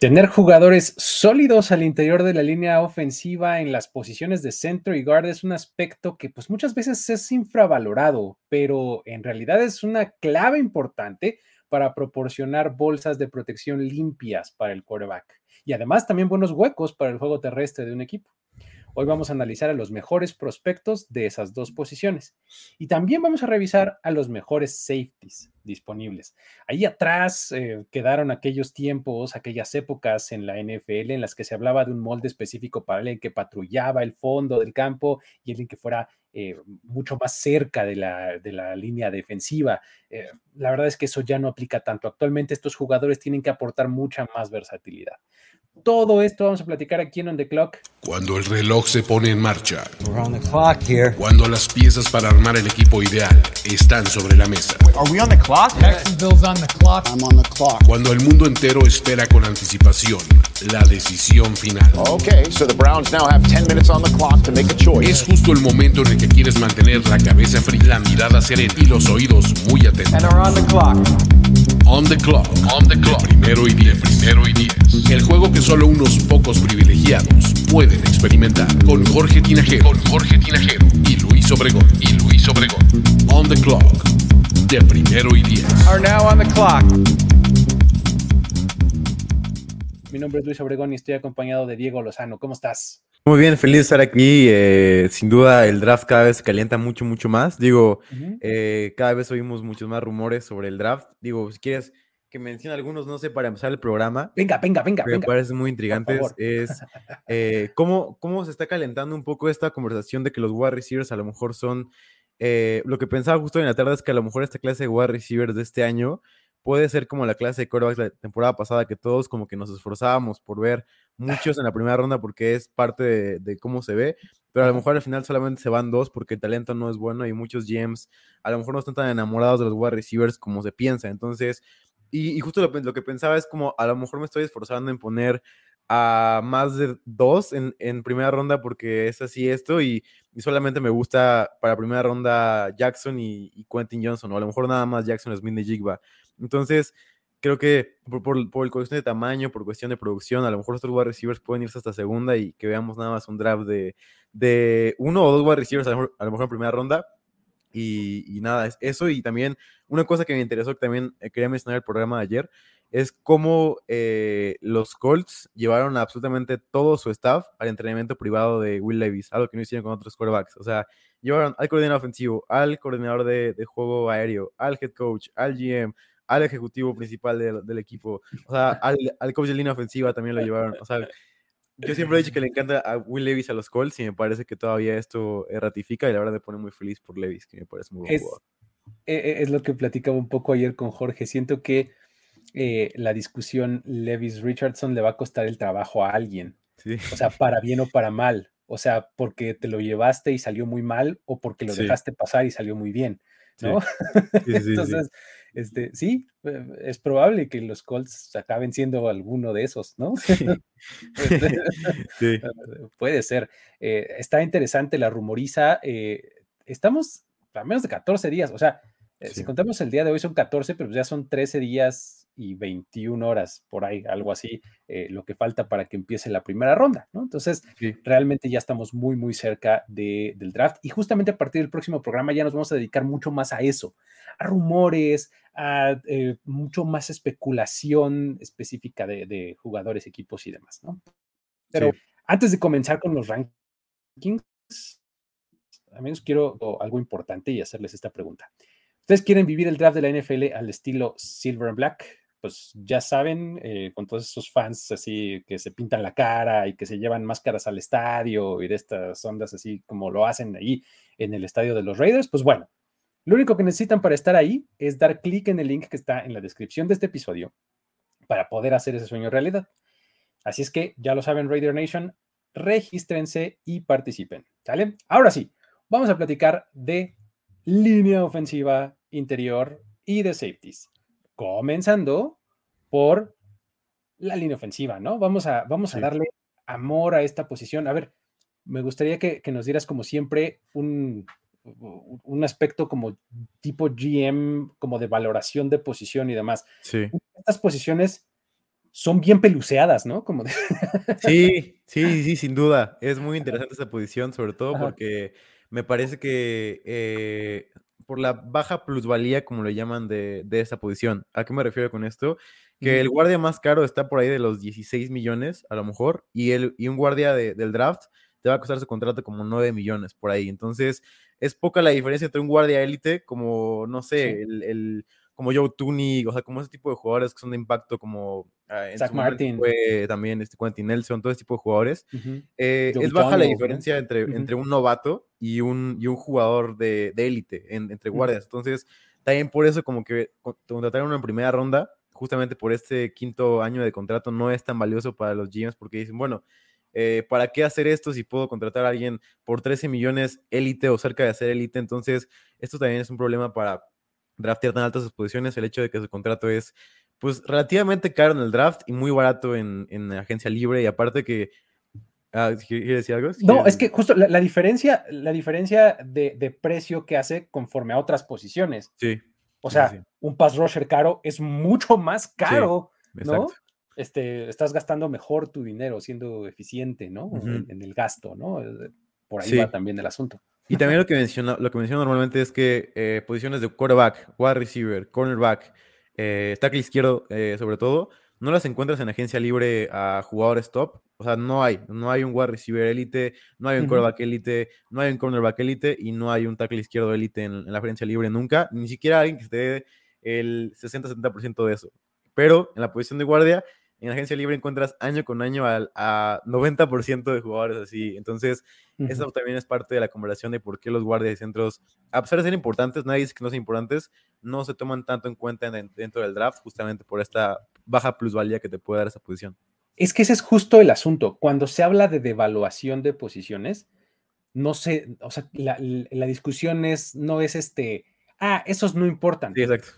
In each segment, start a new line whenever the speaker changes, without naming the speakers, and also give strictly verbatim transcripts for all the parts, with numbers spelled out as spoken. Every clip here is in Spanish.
Tener jugadores sólidos al interior de la línea ofensiva en las posiciones de centro y guard es un aspecto que pues muchas veces es infravalorado, pero en realidad es una clave importante para proporcionar bolsas de protección limpias para el quarterback y además también buenos huecos para el juego terrestre de un equipo. Hoy vamos a analizar a los mejores prospectos de esas dos posiciones y también vamos a revisar a los mejores safeties disponibles. Ahí atrás eh, quedaron aquellos tiempos, aquellas épocas en la N F L en las que se hablaba de un molde específico para alguien que patrullaba el fondo del campo y alguien que fuera eh, mucho más cerca de la, de la línea defensiva. Eh, la verdad es que eso ya no aplica tanto. Actualmente estos jugadores tienen que aportar mucha más versatilidad. Todo esto vamos a platicar aquí en On The Clock.
Cuando el reloj se pone en marcha.
We're on the clock here.
Cuando las piezas para armar el equipo ideal están sobre la mesa.
Are we on the clock?
Jacksonville's on the clock.
I'm on the clock.
Cuando el mundo entero espera con anticipación la decisión final.
Okay, so the Browns now have ten minutes on the clock to make a choice.
Es justo el momento en el que quieres mantener la cabeza fría, la mirada serena y los oídos muy atentos.
And we're on the clock.
On the clock. On the clock. De primero y diez. Primero y diez. El juego que solo unos pocos privilegiados pueden experimentar. Con Jorge Tinajero. Con Jorge Tinajero. Y Luis Obregón. Y Luis Obregón. On the clock. De primero y diez.
Are now on the clock.
Mi nombre es Luis Obregón y estoy acompañado de Diego Lozano. ¿Cómo estás?
Muy bien, feliz de estar aquí. Eh, sin duda, el draft cada vez se calienta mucho, mucho más. Digo,
Uh-huh.
eh, cada vez oímos muchos más rumores sobre el draft. Digo, si quieres que mencione algunos, no sé, para empezar el programa,
Venga, venga, venga,
que me
venga.
parecen muy
Por
intrigantes,
favor.
es eh, cómo, cómo se está calentando un poco esta conversación de que los wide receivers a lo mejor son... eh, lo que pensaba justo en la tarde es que a lo mejor esta clase de wide receivers de este año puede ser como la clase de quarterbacks de la temporada pasada, que todos como que nos esforzábamos por ver muchos en la primera ronda porque es parte de, de cómo se ve, pero a lo mejor al final solamente se van dos porque el talento no es bueno y muchos G Ms a lo mejor no están tan enamorados de los wide receivers como se piensa. Entonces, y, y justo lo, lo que pensaba es como a lo mejor me estoy esforzando en poner a más de dos en, en primera ronda porque es así esto y, y solamente me gusta para primera ronda Jackson y, y Quentin Johnson, o a lo mejor nada más Jackson, Smith y Jigba. Entonces, creo que por, por, por cuestión de tamaño, por cuestión de producción, a lo mejor estos wide receivers pueden irse hasta segunda y que veamos nada más un draft de, de uno o dos wide receivers a lo mejor, a lo mejor en primera ronda. Y, y nada, es eso. Y también una cosa que me interesó, que también eh, quería mencionar el programa de ayer, es cómo eh, los Colts llevaron absolutamente todo su staff al entrenamiento privado de Will Levis, algo que no hicieron con otros quarterbacks. O sea, llevaron al coordinador ofensivo, al coordinador de, de juego aéreo, al head coach, al G M, al ejecutivo principal de, del equipo, o sea, al, al coach de línea ofensiva también lo llevaron. O sea, yo siempre he dicho que le encanta a Will Levis a los Colts y me parece que todavía esto eh, ratifica y la verdad me pone muy feliz por Levis, que me parece muy buen
Es,
jugador.
eh, es lo que platicaba un poco ayer con Jorge. Siento que eh, la discusión Levis-Richardson le va a costar el trabajo a alguien.
Sí.
O sea, para bien o para mal. O sea, porque te lo llevaste y salió muy mal o porque lo
Sí.
dejaste pasar y salió muy bien, ¿no?
Sí. Sí, sí, sí,
Entonces, este, sí, eh, es probable que los Colts acaben siendo alguno de esos, ¿no?
Sí.
Este,
Sí.
puede ser. Eh, está interesante la rumoriza. eh, estamos a menos de catorce días, o sea, eh,
Sí.
si contamos el día de hoy son catorce, pero ya son trece días y veintiuna horas, por ahí, algo así, eh, lo que falta para que empiece la primera ronda, ¿no? Entonces,
Sí.
realmente ya estamos muy, muy cerca de, del draft y justamente a partir del próximo programa ya nos vamos a dedicar mucho más a eso, a rumores, a eh, mucho más especulación específica de, de jugadores, equipos y demás, ¿no? Pero
Sí.
antes de comenzar con los rankings, al menos quiero oh, algo importante y hacerles esta pregunta. ¿Ustedes quieren vivir el draft de la N F L al estilo Silver and Black? Pues ya saben, eh, con todos esos fans así que se pintan la cara y que se llevan máscaras al estadio y de estas ondas así como lo hacen ahí en el estadio de los Raiders, pues bueno, lo único que necesitan para estar ahí es dar clic en el link que está en la descripción de este episodio para poder hacer ese sueño realidad. Así es que ya lo saben, Raider Nation, regístrense y participen, ¿sale? Ahora sí, vamos a platicar de línea ofensiva interior y de safeties. Comenzando por la línea ofensiva, ¿no? Vamos a, vamos a
Sí.
darle amor a esta posición. A ver, me gustaría que, que nos dieras como siempre un, un aspecto como tipo G M, como de valoración de posición y demás.
Sí.
Estas posiciones son bien peluceadas, ¿no? Como de...
Sí, sí, sí, sin duda. Es muy interesante esa posición, sobre todo
Ajá.
porque me parece que eh, por la baja plusvalía, como le llaman, de, de esa posición. ¿A qué me refiero con esto? Que
Ujú.
el guardia más caro está por ahí de los dieciséis millones, a lo mejor, y, el, y un guardia de- del draft te va a costar su contrato como nueve millones por ahí. Entonces, es poca la diferencia entre un guardia élite, como, no
Sí.
sé, el, el- como Joe Tooney, o sea, como ese tipo de jugadores que son de impacto, como ah, en
Zach
su momento
Martin.
fue también este Quentin Nelson, todo ese tipo de jugadores.
Ujú.
Eh,
Joe
es baja la
Donald, ¿no?
diferencia entre,
Ujú.
entre un novato y un, y un jugador de de élite en- entre
Ujú.
guardias. Entonces, también por eso como que con- contrataron uno en primera ronda, justamente por este quinto año de contrato, no es tan valioso para los G Ms porque dicen, bueno, eh, ¿para qué hacer esto si puedo contratar a alguien por trece millones élite o cerca de ser élite? Entonces, esto también es un problema para draftear tan altas posiciones, el hecho de que su contrato es pues relativamente caro en el draft y muy barato en, en agencia libre, y aparte que... Ah, ¿quieres decir algo? Si
No, es
quieres-
que justo la, la diferencia, la diferencia de, de precio que hace conforme a otras posiciones.
Sí,
O
sí, sí, sí.
sea, un pass rusher caro es mucho más
Sí,
caro,
exacto.
¿no? Este, estás gastando mejor tu dinero, siendo eficiente, ¿no?
Ujú.
En, en el gasto, ¿no? Eh, Por ahí va
Sí.
también el asunto.
Y también lo que menciona, lo que menciono normalmente es que eh, posiciones de quarterback, wide receiver, cornerback, eh, tackle izquierdo, eh, sobre todo, no las encuentras en agencia libre a jugadores top. O sea, no hay. No hay un wide receiver élite, no hay un
Ujú.
quarterback élite, no hay un cornerback élite y no hay un tackle izquierdo élite en, en la agencia libre nunca. Ni siquiera alguien que esté dé el sesenta setenta por ciento de eso. Pero en la posición de guardia, en la agencia libre encuentras año con año al, a noventa por ciento de jugadores así. Entonces,
Ujú.
eso también es parte de la conversación de por qué los guardias y centros, a pesar de ser importantes, nadie dice que no sean importantes, no se toman tanto en cuenta en- dentro del draft, justamente por esta baja plusvalía que te puede dar esa posición.
Es que ese es justo el asunto. Cuando se habla de devaluación de posiciones, no sé, o sea, la, la discusión es, no es este, ah, esos no importan.
Sí, exacto.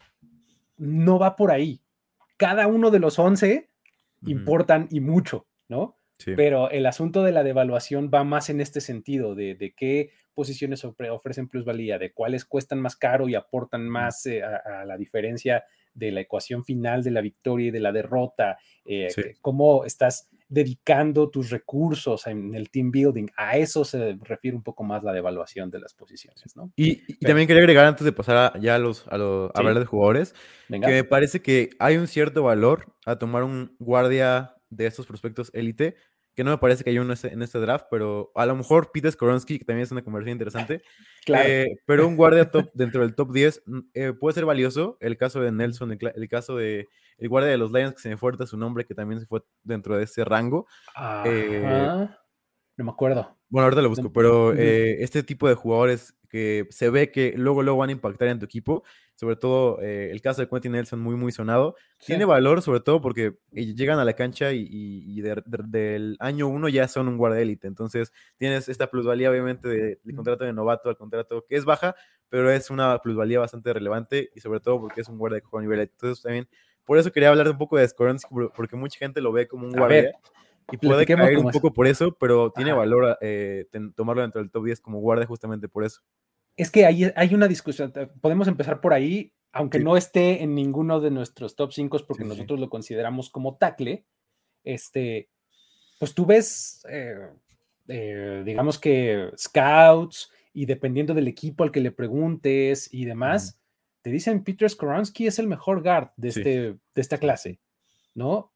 No va por ahí. Cada uno de los once
Ujú.
importan y mucho, ¿no?
Sí.
Pero el asunto de la devaluación va más en este sentido, de, de qué posiciones ofrecen plusvalía, de cuáles cuestan más caro y aportan
Ujú.
más eh, a, a, la diferencia de la ecuación final de la victoria y de la derrota, eh,
Sí.
cómo estás dedicando tus recursos en el team building. A eso se refiere un poco más la devaluación de las posiciones, ¿no?
Y, y
Pero,
también quería agregar, antes de pasar a, ya a, los, a, los, a hablar
¿sí?
de jugadores, que
Venga.
me parece que hay un cierto valor a tomar un guardia de estos prospectos élite, que no me parece que hay uno en este, en este draft, pero a lo mejor Peter Skoronski, que también es una conversación interesante,
Claro.
eh, pero un guardia top dentro del top diez mm, eh, puede ser valioso. El caso de Nelson, el, el caso de el guardia de los Lions, que se me fue ahorita su nombre, que también se fue dentro de ese rango. Eh,
Ajá. No me acuerdo.
bueno, ahorita lo
No.
busco, pero
Uh-huh.
eh, este tipo de jugadores que se ve que luego, luego van a impactar en tu equipo, sobre todo eh, el caso de Quentin Nelson, muy, muy sonado,
Sí.
tiene valor sobre todo porque eh, llegan a la cancha y, y, y de, de, del año uno ya son un guardia élite. Entonces tienes esta plusvalía, obviamente, del de contrato de novato al contrato que es baja, pero es una plusvalía bastante relevante y sobre todo porque es un guardia que juega a nivel élite. Entonces también, por eso quería hablar un poco de Skoronski, porque mucha gente lo ve como un
A
guardia
ver,
y puede
platiquemos
caer un
como eso.
poco por eso, pero tiene
Ajá.
valor eh, ten, tomarlo dentro del top diez como guardia justamente por eso.
Es que hay, hay una discusión, podemos empezar por ahí, aunque
Sí,
no esté en ninguno de nuestros top cinco, porque
sí, sí.
nosotros lo consideramos como tackle. Este, pues tú ves, eh, eh, digamos que scouts, y dependiendo del equipo al que le preguntes y demás,
Ujú.
te dicen Peter Skoronski es el mejor guard de,
Sí,
este, de esta
sí,
clase, ¿no?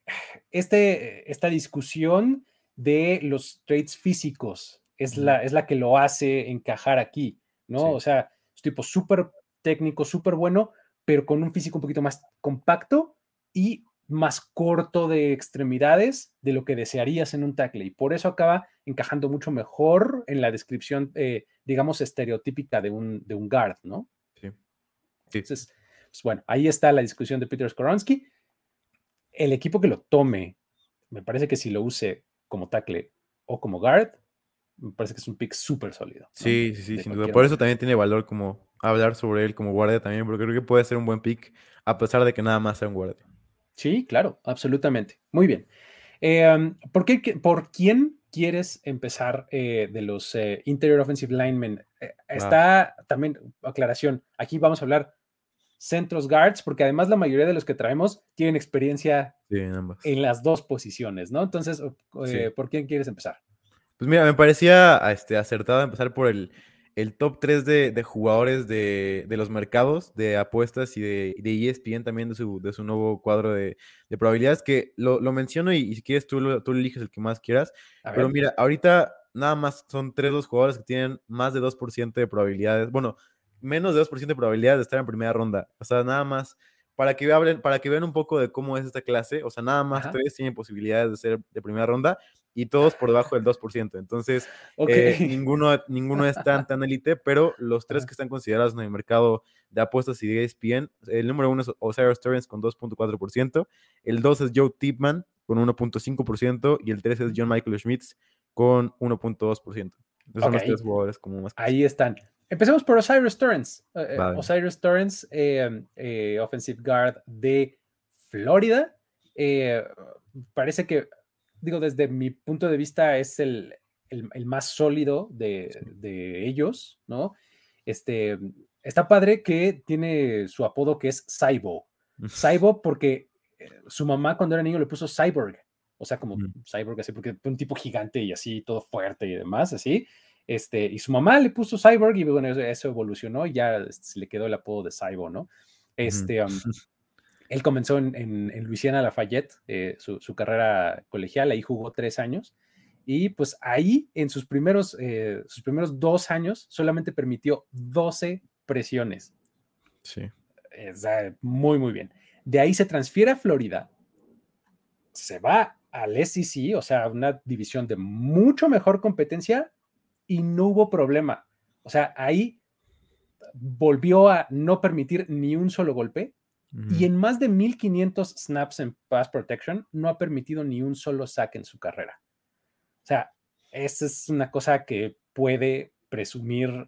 Este, esta discusión de los traits físicos es,
ujú,
la, es la que lo hace encajar aquí, ¿no?
sí,
O sea, es tipo súper técnico, súper bueno, pero con un físico un poquito más compacto y más corto de extremidades de lo que desearías en un tackle. Y por eso acaba encajando mucho mejor en la descripción, eh, digamos, estereotípica de un, de un guard, ¿no?
sí, sí.
Entonces, pues bueno, ahí está la discusión de Peter Skoronski. El equipo que lo tome, me parece que si lo use como tackle o como guard, me parece que es un pick súper sólido, ¿no?
Sí, sí, sí,
De
sin duda.
cualquier
Por eso
manera.
también tiene valor como hablar sobre él como guardia también, porque creo que puede ser un buen pick, a pesar de que nada más sea un guardia.
Sí, claro, absolutamente. Muy bien. Eh, ¿por, qué, ¿Por quién quieres empezar eh, de los eh, interior offensive linemen? Eh,
Va.
está también, aclaración, aquí vamos a hablar centros guards, porque además la mayoría de los que traemos tienen experiencia
Sí, en ambas.
en las dos posiciones, ¿no? Entonces, eh,
Sí.
¿por quién quieres empezar?
Pues mira, me parecía este, acertado empezar por el, el top tres de, de jugadores de, de los mercados de apuestas y de, de E S P N también de su, de su nuevo cuadro de, de probabilidades, que lo, lo menciono y, y si quieres tú, lo- tú eliges el que más quieras.
A
Pero
ver.
mira, ahorita nada más son tres los jugadores que tienen más de dos por ciento de probabilidades, bueno, menos de dos por ciento de probabilidades de estar en primera ronda. O sea, nada más, para que, hablen, para que vean un poco de cómo es esta clase, o sea, nada más
Ajá.
tres tienen posibilidades de ser de primera ronda y todos por debajo del dos por ciento. Entonces,
Ok.
eh, ninguno, ninguno es tan, tan elite, pero los tres
Ajá.
que están considerados en el mercado de apuestas y de E S P N, el número uno es Osiris Torrance con dos punto cuatro por ciento, el dos es Joe Tipman con uno punto cinco por ciento y el tres es John Michael Schmitz con uno punto dos por ciento. Esos son
Ok,
los tres jugadores como más
ahí están. Empecemos por Osiris Torrance. Eh, eh,
Vale.
Osiris Torrance, eh, eh, offensive guard de Florida. Eh, parece que, digo, desde mi punto de vista es el, el, el más sólido de, de, ellos, ¿no? Este, está padre que tiene su apodo que es Cybo. Cybo porque su mamá cuando era niño le puso Cyborg. O sea, como
Mm.
Cyborg, así, porque un tipo gigante y así, todo fuerte y demás, así. Este, y su mamá le puso Cyborg y bueno, eso, eso evolucionó y ya se le quedó el apodo de Cyborg, ¿no? Este, um, él comenzó en, en, en Louisiana Lafayette, eh, su, su, carrera colegial, ahí jugó tres años y pues ahí en sus primeros, eh, sus primeros dos años solamente permitió doce presiones.
Sí.
Es, uh, muy, muy bien. De ahí se transfiere a Florida, se va al S E C, o sea, una división de mucho mejor competencia y no hubo problema. O sea, ahí volvió a no permitir ni un solo golpe uh-huh. y en más de mil quinientos snaps en pass protection no ha permitido ni un solo sack en su carrera. O sea, esa es una cosa que puede presumir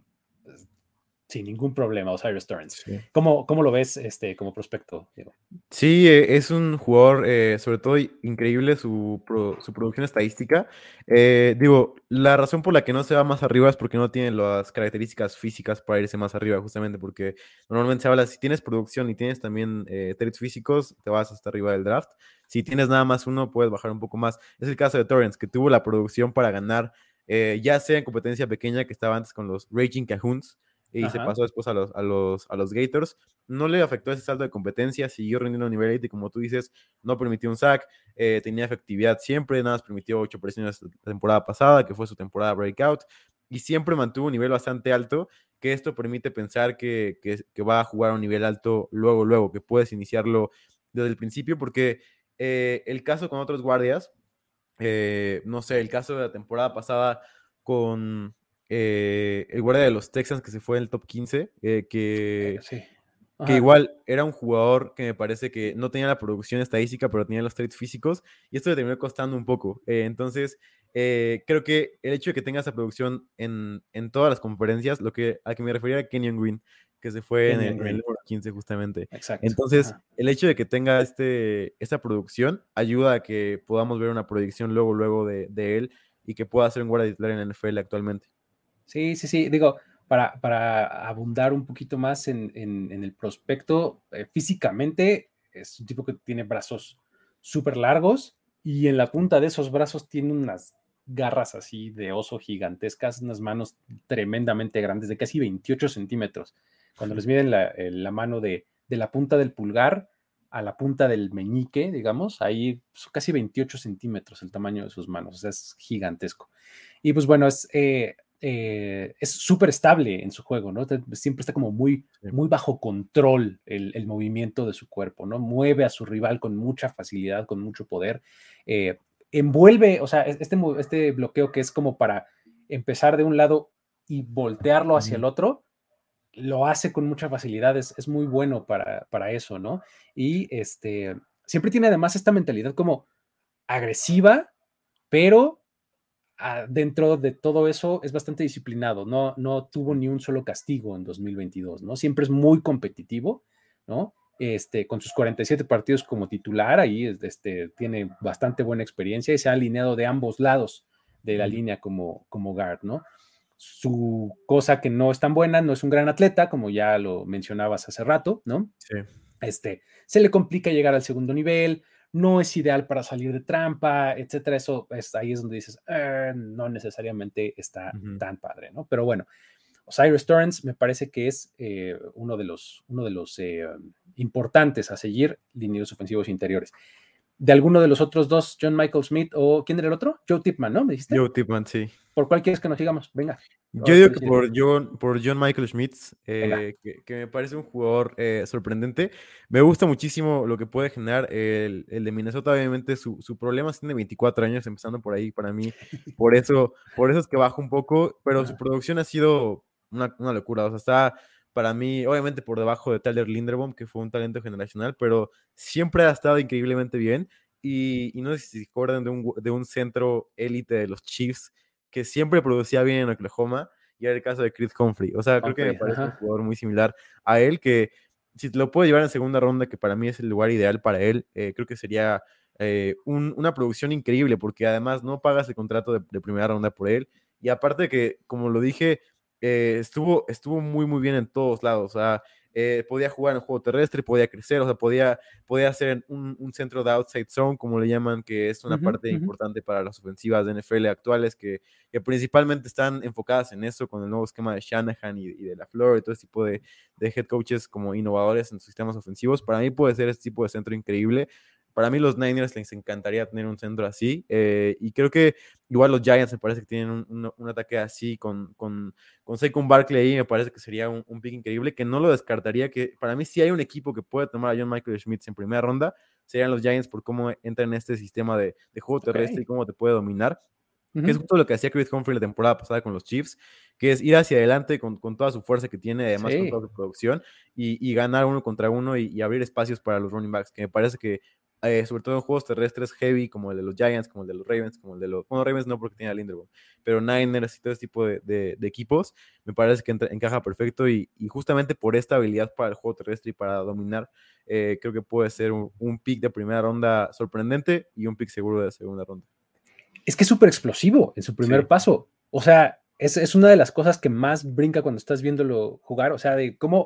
sin ningún problema Osiris Torrance. Sí. ¿Cómo, ¿Cómo lo ves este, como prospecto, Diego?
Sí, eh, es un jugador, eh, sobre todo increíble su, pro, su producción estadística. Eh, digo, la razón por la que no se va más arriba es porque no tiene las características físicas para irse más arriba, justamente porque normalmente se habla, si tienes producción y tienes también eh, traits físicos, te vas hasta arriba del draft. Si tienes nada más uno, puedes bajar un poco más. Es el caso de Torrance, que tuvo la producción para ganar, eh, ya sea en competencia pequeña, que estaba antes con los Raging Cajuns, y Ajá. se pasó después a los, a, los, a los Gators. No le afectó ese salto de competencia, siguió rindiendo a nivel elite y como tú dices, no permitió un sack, eh, tenía efectividad siempre, nada más permitió ocho presiones la temporada pasada, que fue su temporada breakout, y siempre mantuvo un nivel bastante alto, que esto permite pensar que, que, que va a jugar a un nivel alto luego, luego, que puedes iniciarlo desde el principio, porque eh, el caso con otros guardias, eh, no sé, el caso de la temporada pasada con... Eh, el guardia de los Texans que se fue en el top quince, eh, que,
eh, sí.
que igual era un jugador que me parece que no tenía la producción estadística, pero tenía los traits físicos, y esto le terminó costando un poco. Eh, entonces, eh, creo que el hecho de que tenga esa producción en, en todas las conferencias, lo que, a que me refería a Kenyon Green, que se fue en el, en el número quince justamente.
Exacto.
Entonces,
Ajá.
el hecho de que tenga este, esta producción ayuda a que podamos ver una proyección luego, luego de, de él y que pueda ser un guardia titular en la N F L actualmente.
Sí, sí, sí. Digo, para, para abundar un poquito más en, en, en el prospecto, eh, físicamente es un tipo que tiene brazos súper largos y en la punta de esos brazos tiene unas garras así de oso gigantescas, unas manos tremendamente grandes, de casi veintiocho centímetros. Cuando les miden la, la mano de, de la punta del pulgar a la punta del meñique, digamos, ahí son casi veintiocho centímetros el tamaño de sus manos, o sea, es gigantesco. Y pues bueno, es... Eh, Eh, es súper estable en su juego, ¿no? Siempre está como muy, muy bajo control el, el, movimiento de su cuerpo, ¿no? Mueve a su rival con mucha facilidad, con mucho poder. Eh, envuelve, o sea, este, este bloqueo que es como para empezar de un lado y voltearlo hacia el otro, lo hace con mucha facilidad, es, es muy bueno para, para eso, ¿no? Y este, siempre tiene además esta mentalidad como agresiva, pero dentro de todo eso es bastante disciplinado, no, no tuvo ni un solo castigo en dos mil veintidós, ¿no? Siempre es muy competitivo, ¿no? Este, con sus cuarenta y siete partidos como titular, ahí este, tiene bastante buena experiencia y se ha alineado de ambos lados de la línea como, como guard, ¿no? su cosa que no es tan buena, no es un gran atleta, como ya lo mencionabas hace rato, ¿no?
Sí.
Este, se le complica llegar al segundo nivel, no es ideal para salir de trampa, etcétera. Eso es, ahí es donde dices, eh, no necesariamente está
Ujú.
tan padre, ¿no? Pero bueno, O'Cyrus Torrence me parece que es eh, uno de los, uno de los eh, importantes a seguir, linieros ofensivos interiores. De alguno de los otros dos, John Michael Smith o ¿quién era el otro? Joe Tipman, ¿no? ¿Me dijiste?
Joe Tipman, sí.
¿Por cuál quieres que nos sigamos? Venga.
Yo
Ahora tú
digo que
decides.
por John, por John Michael Schmitz,
Venga.
eh, que, que me parece un jugador eh, sorprendente. Me gusta muchísimo lo que puede generar el, el de Minnesota. Obviamente su, su problema es que tiene veinticuatro años, empezando por ahí para mí. Por eso, por eso es que baja un poco, pero su producción ha sido una, una locura. O sea, está para mí, obviamente por debajo de Tyler Linderbaum, que fue un talento generacional, pero siempre ha estado increíblemente bien. Y, y no sé si se acuerdan de un, de un centro élite de los Chiefs que siempre producía bien en Oklahoma, y era el caso de Chris Humphrey. O sea, creo que me
Humphrey,
parece un
ajá.
jugador muy similar a él, que si te lo puede llevar en segunda ronda, que para mí es el lugar ideal para él, eh, creo que sería eh, un, una producción increíble, porque además no pagas el contrato de, de primera ronda por él, y aparte que, como lo dije, eh, estuvo, estuvo muy, muy bien en todos lados. O sea, eh, podía jugar en el juego terrestre, podía crecer, o sea, podía, podía hacer un, un centro de outside zone, como le llaman, que es una
Uh-huh,
parte
uh-huh.
importante para las ofensivas de N F L actuales, que, que principalmente están enfocadas en eso, con el nuevo esquema de Shanahan y, y de LaFleur y todo ese tipo de, de head coaches como innovadores en sus sistemas ofensivos. Para mí puede ser este tipo de centro increíble. Para mí los Niners les encantaría tener un centro así, eh, y creo que igual los Giants me parece que tienen un, un, un ataque así con, con, con Saquon Barkley ahí, me parece que sería un, un pick increíble, que no lo descartaría, que para mí si hay un equipo que puede tomar a John Michael Schmitz en primera ronda, serían los Giants por cómo entra en este sistema de, de juego terrestre
Okay.
y cómo te puede dominar,
Uh-huh.
que es justo lo que hacía Chris Humphrey la temporada pasada con los Chiefs, que es ir hacia adelante con, con toda su fuerza que tiene, además
Sí.
con toda su producción, y, y ganar uno contra uno y, y abrir espacios para los running backs, que me parece que Eh, sobre todo en juegos terrestres heavy, como el de los Giants, como el de los Ravens, como el de los... Bueno, Ravens no porque tiene a Linderbaum, pero Niners y todo ese tipo de, de, de equipos, me parece que entra, encaja perfecto, y, y justamente por esta habilidad para el juego terrestre y para dominar, eh, creo que puede ser un, un pick de primera ronda sorprendente y un pick seguro de segunda ronda.
Es que es súper explosivo en su primer
Sí.
paso. O sea, es, es una de las cosas que más brinca cuando estás viéndolo jugar. O sea, de cómo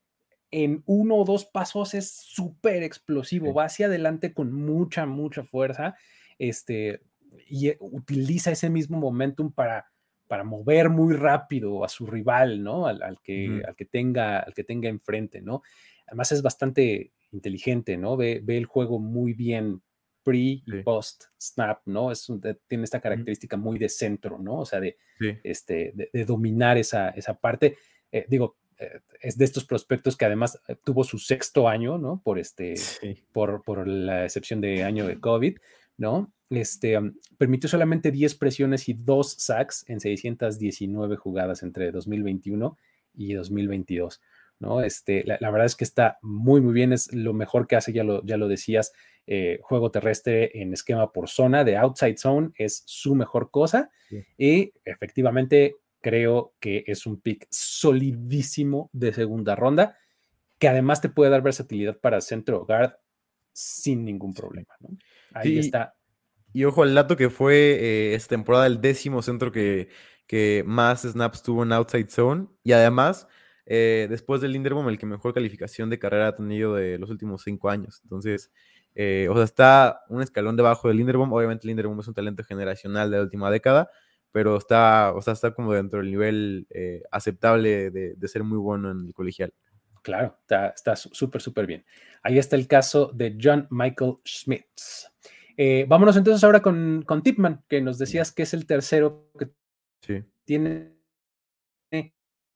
en uno o dos pasos es súper explosivo,
Sí.
va hacia adelante con mucha, mucha fuerza, este, y utiliza ese mismo momentum para, para mover muy rápido a su rival, ¿no? Al, al que,
Uh-huh.
al, que tenga, al que tenga enfrente, ¿no? Además es bastante inteligente, ¿no? Ve, ve el juego muy bien pre y
Sí.
post snap, ¿no? Es un, tiene esta característica muy de centro, ¿no? O sea, de,
Sí.
este, de, de dominar esa, esa parte. Eh, digo, es de estos prospectos que además tuvo su sexto año, ¿no? Por, este,
Sí.
por, por la excepción de año de COVID, ¿no? Este, um, permitió solamente diez presiones y dos sacks en seiscientas diecinueve jugadas entre dos mil veintiuno y dos mil veintidós, ¿no? Este, la, la verdad es que está muy, muy bien, es lo mejor que hace, ya lo, ya lo decías, eh, juego terrestre en esquema por zona, de outside zone, es su mejor cosa,
Sí.
y efectivamente creo que es un pick solidísimo de segunda ronda, que además te puede dar versatilidad para centro guard sin ningún problema, ¿no? Ahí
Sí,
está.
Y ojo al dato que fue eh, esta temporada el décimo centro que, que más snaps tuvo en outside zone, y además, eh, después del Linderbaum, el que mejor calificación de carrera ha tenido de los últimos cinco años. Entonces, eh, o sea, está un escalón debajo del Linderbaum. Obviamente Linderbaum es un talento generacional de la última década, pero está, o sea, está como dentro del nivel eh, aceptable de, de ser muy bueno en el colegial.
Claro, está súper, súper bien. Ahí está el caso de John Michael Schmitz. Eh, vámonos entonces ahora con, con Tipman, que nos decías que es el tercero que
Sí.
tiene eh,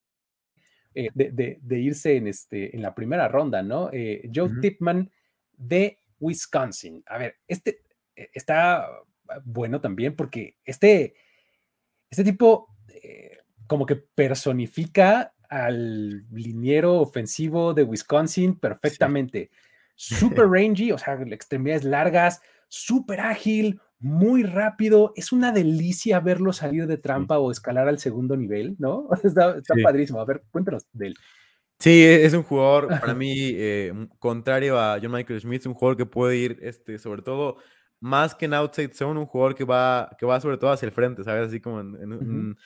de, de, de, irse en, este, en la primera ronda, ¿no? Eh, Joe uh-huh. Tipman de Wisconsin. A ver, este eh, está bueno también porque este, este tipo eh, como que personifica al liniero ofensivo de Wisconsin perfectamente. Sí. Super rangy, o sea, extremidades largas, súper ágil, muy rápido. Es una delicia verlo salir de trampa sí. o escalar al segundo nivel, ¿no? Está, está sí. padrísimo. A ver, cuéntanos de él.
Sí, es un jugador, para mí, eh, contrario a John Michael Schmitz, un jugador que puede ir, este, sobre todo, más que en outside zone, un jugador que va, que va sobre todo hacia el frente, ¿sabes? Así como en, en, uh-huh.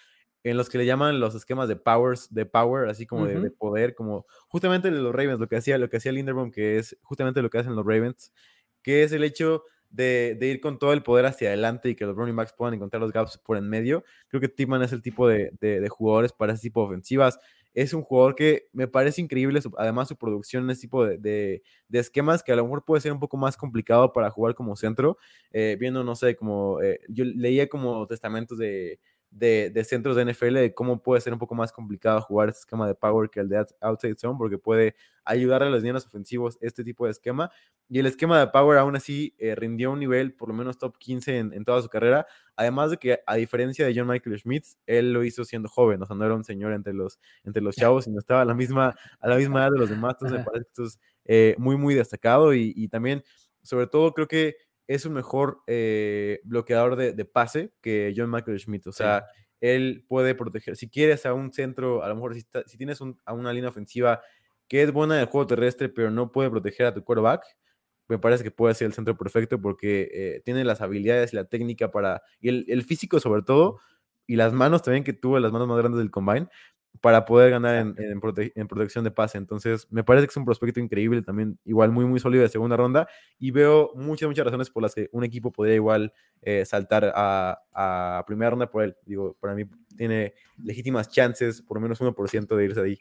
en los que le llaman los esquemas de powers, de power, así como de, de
Ujú.
poder, como justamente de los Ravens, lo que hacía, lo que hacía Linderbaum, que es justamente lo que hacen los Ravens, que es el hecho de, de ir con todo el poder hacia adelante y que los running backs puedan encontrar los gaps por en medio. Creo que Tipman es el tipo de, de, de jugadores para ese tipo de ofensivas. Es un jugador que me parece increíble, su, además su producción en ese tipo de, de, de esquemas que a lo mejor puede ser un poco más complicado para jugar como centro, eh, viendo, no sé, como eh, yo leía como testamentos de de, de centros de N F L, de cómo puede ser un poco más complicado jugar este esquema de power que el de outside zone, porque puede ayudar a los dineros ofensivos este tipo de esquema, y el esquema de power aún así eh, rindió un nivel por lo menos top quince en, en toda su carrera, además de que a diferencia de John Michael Schmidt, él lo hizo siendo joven, o sea, no era un señor entre los, entre los chavos, sino estaba a la misma, a la misma edad de los demás, entonces me parece que esto es eh, muy, muy destacado, y, y también, sobre todo, creo que es un mejor eh, bloqueador de, de pase que John Michael Schmidt. O sea, sí. Él puede proteger. Si quieres a un centro, a lo mejor si, está, si tienes un, a una línea ofensiva que es buena en el juego terrestre, pero no puede proteger a tu quarterback, me parece que puede ser el centro perfecto porque eh, tiene las habilidades y la técnica para, y el, el físico sobre todo, y las manos también, que tuvo las manos más grandes del combine, para poder ganar en, en, prote en, protección de pase. Entonces, me parece que es un prospecto increíble, también igual muy, muy sólido de segunda ronda, y veo muchas, muchas razones por las que un equipo podría igual eh, saltar a, a primera ronda por él. Digo, para mí tiene legítimas chances, por lo menos uno por ciento de irse ahí.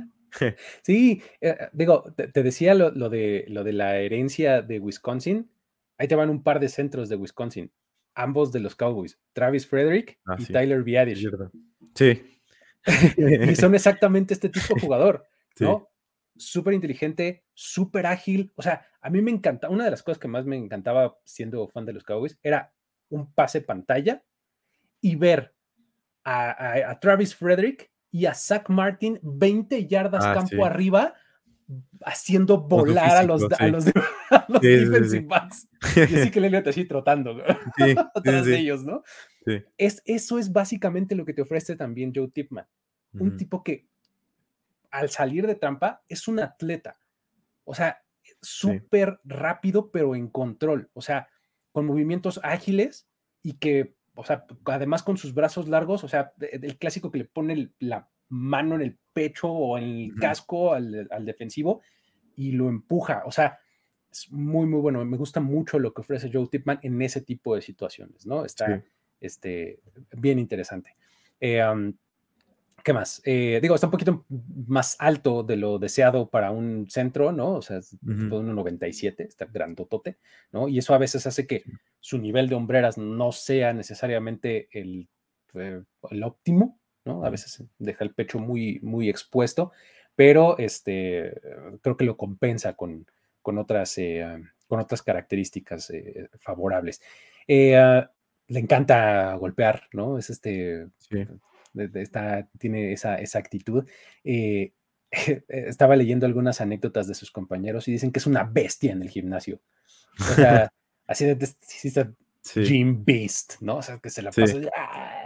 Sí, eh, digo, te, te decía lo, lo, de, lo de la herencia de Wisconsin. Ahí te van un par de centros de Wisconsin, ambos de los Cowboys, Travis Frederick
ah,
y
sí.
Tyler Biadasz.
Sí.
Y son exactamente este tipo de jugador, ¿no?
Sí.
Súper inteligente, súper ágil. O sea, a mí me encanta, una de las cosas que más me encantaba siendo fan de los Cowboys era un pase pantalla y ver a, a, a Travis Frederick y a Zach Martin veinte yardas
ah,
campo
sí.
arriba haciendo
Con su
volar
físico,
a los,
sí.
a los, a los
sí,
defensive
sí, sí.
backs. Y así que le Elliott así trotando
sí,
atrás
sí,
de
sí.
ellos, ¿no?
Sí.
Es, eso es básicamente lo que te ofrece también Joe Tipman. Un
Uh-huh.
tipo que al salir de trampa es un atleta. O sea, súper sí. rápido, pero en control. O sea, con movimientos ágiles y que, o sea, además con sus brazos largos, o sea, el clásico que le pone el, la mano en el pecho o en el uh-huh. casco al, al defensivo y lo empuja. O sea, es muy, muy bueno. Me gusta mucho lo que ofrece Joe Tipman en ese tipo de situaciones, ¿no? Está sí. este, bien interesante. Eh, um, ¿Qué más? Eh, digo, está un poquito más alto de lo deseado para un centro, ¿no? O sea, es uh-huh. uno noventa y siete, está grandotote, ¿no? Y eso a veces hace que su nivel de hombreras no sea necesariamente el, eh, el óptimo, ¿no? A veces deja el pecho muy, muy expuesto, pero este, creo que lo compensa con, con, otras, eh, con otras características eh, favorables. Eh, uh, le encanta golpear, ¿no? Es este...
Sí.
Está, tiene esa, esa actitud. Eh, estaba leyendo algunas anécdotas de sus compañeros y dicen que es una bestia en el gimnasio. O sea, así de, de, de sí. Gym Beast, ¿no? O sea, que se la pasa, sí.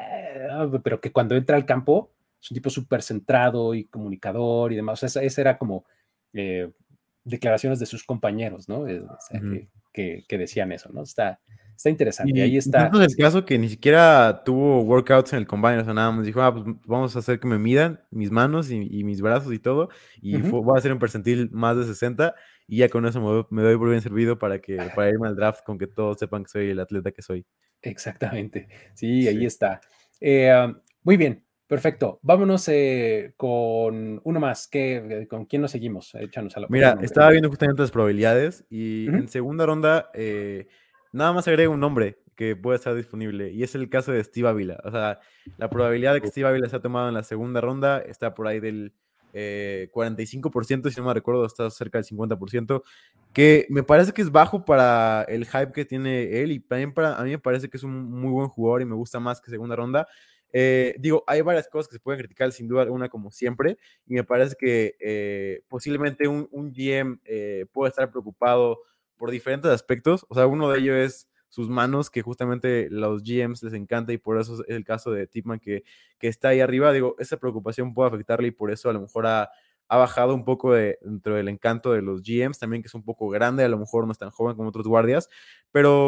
¡ah! Pero que cuando entra al campo es un tipo súper centrado y comunicador y demás. O sea, esa era como eh, declaraciones de sus compañeros, ¿no? O sea, uh-huh. que, que, que decían eso, ¿no? Está, Está interesante.
Y
ahí está.
Tanto es el caso que ni siquiera tuvo workouts en el combine, o sea, nada más dijo, ah, pues vamos a hacer que me midan mis manos y, y mis brazos y todo, y uh-huh. fue, voy a hacer un percentil más de sesenta, y ya con eso me, me doy por bien servido para, que, para irme al draft con que todos sepan que soy el atleta que soy.
Exactamente. Sí, sí. ahí está. Eh, um, muy bien, perfecto. Vámonos eh, con uno más. ¿Qué, ¿Con quién nos seguimos? Échanos a la
Mira, estaba viendo justamente las probabilidades, y uh-huh. en segunda ronda... Eh, nada más agrego un nombre que puede estar disponible, y es el caso de Steve Ávila. O sea, la probabilidad de que Steve Ávila sea tomado en la segunda ronda está por ahí del eh, cuarenta y cinco por ciento, si no me recuerdo, está cerca del cincuenta por ciento, que me parece que es bajo para el hype que tiene él, y también para, a mí me parece que es un muy buen jugador y me gusta más que segunda ronda. Eh, digo, hay varias cosas que se pueden criticar, sin duda alguna, como siempre, y me parece que eh, posiblemente un, un G M eh, puede estar preocupado por diferentes aspectos. O sea, uno de ellos es sus manos, que justamente los G Ms les encanta, y por eso es el caso de Tipman, que, que está ahí arriba. Digo, esa preocupación puede afectarle, y por eso a lo mejor ha, ha bajado un poco de, dentro del encanto de los G Ms, también que es un poco grande, a lo mejor no es tan joven como otros guardias, pero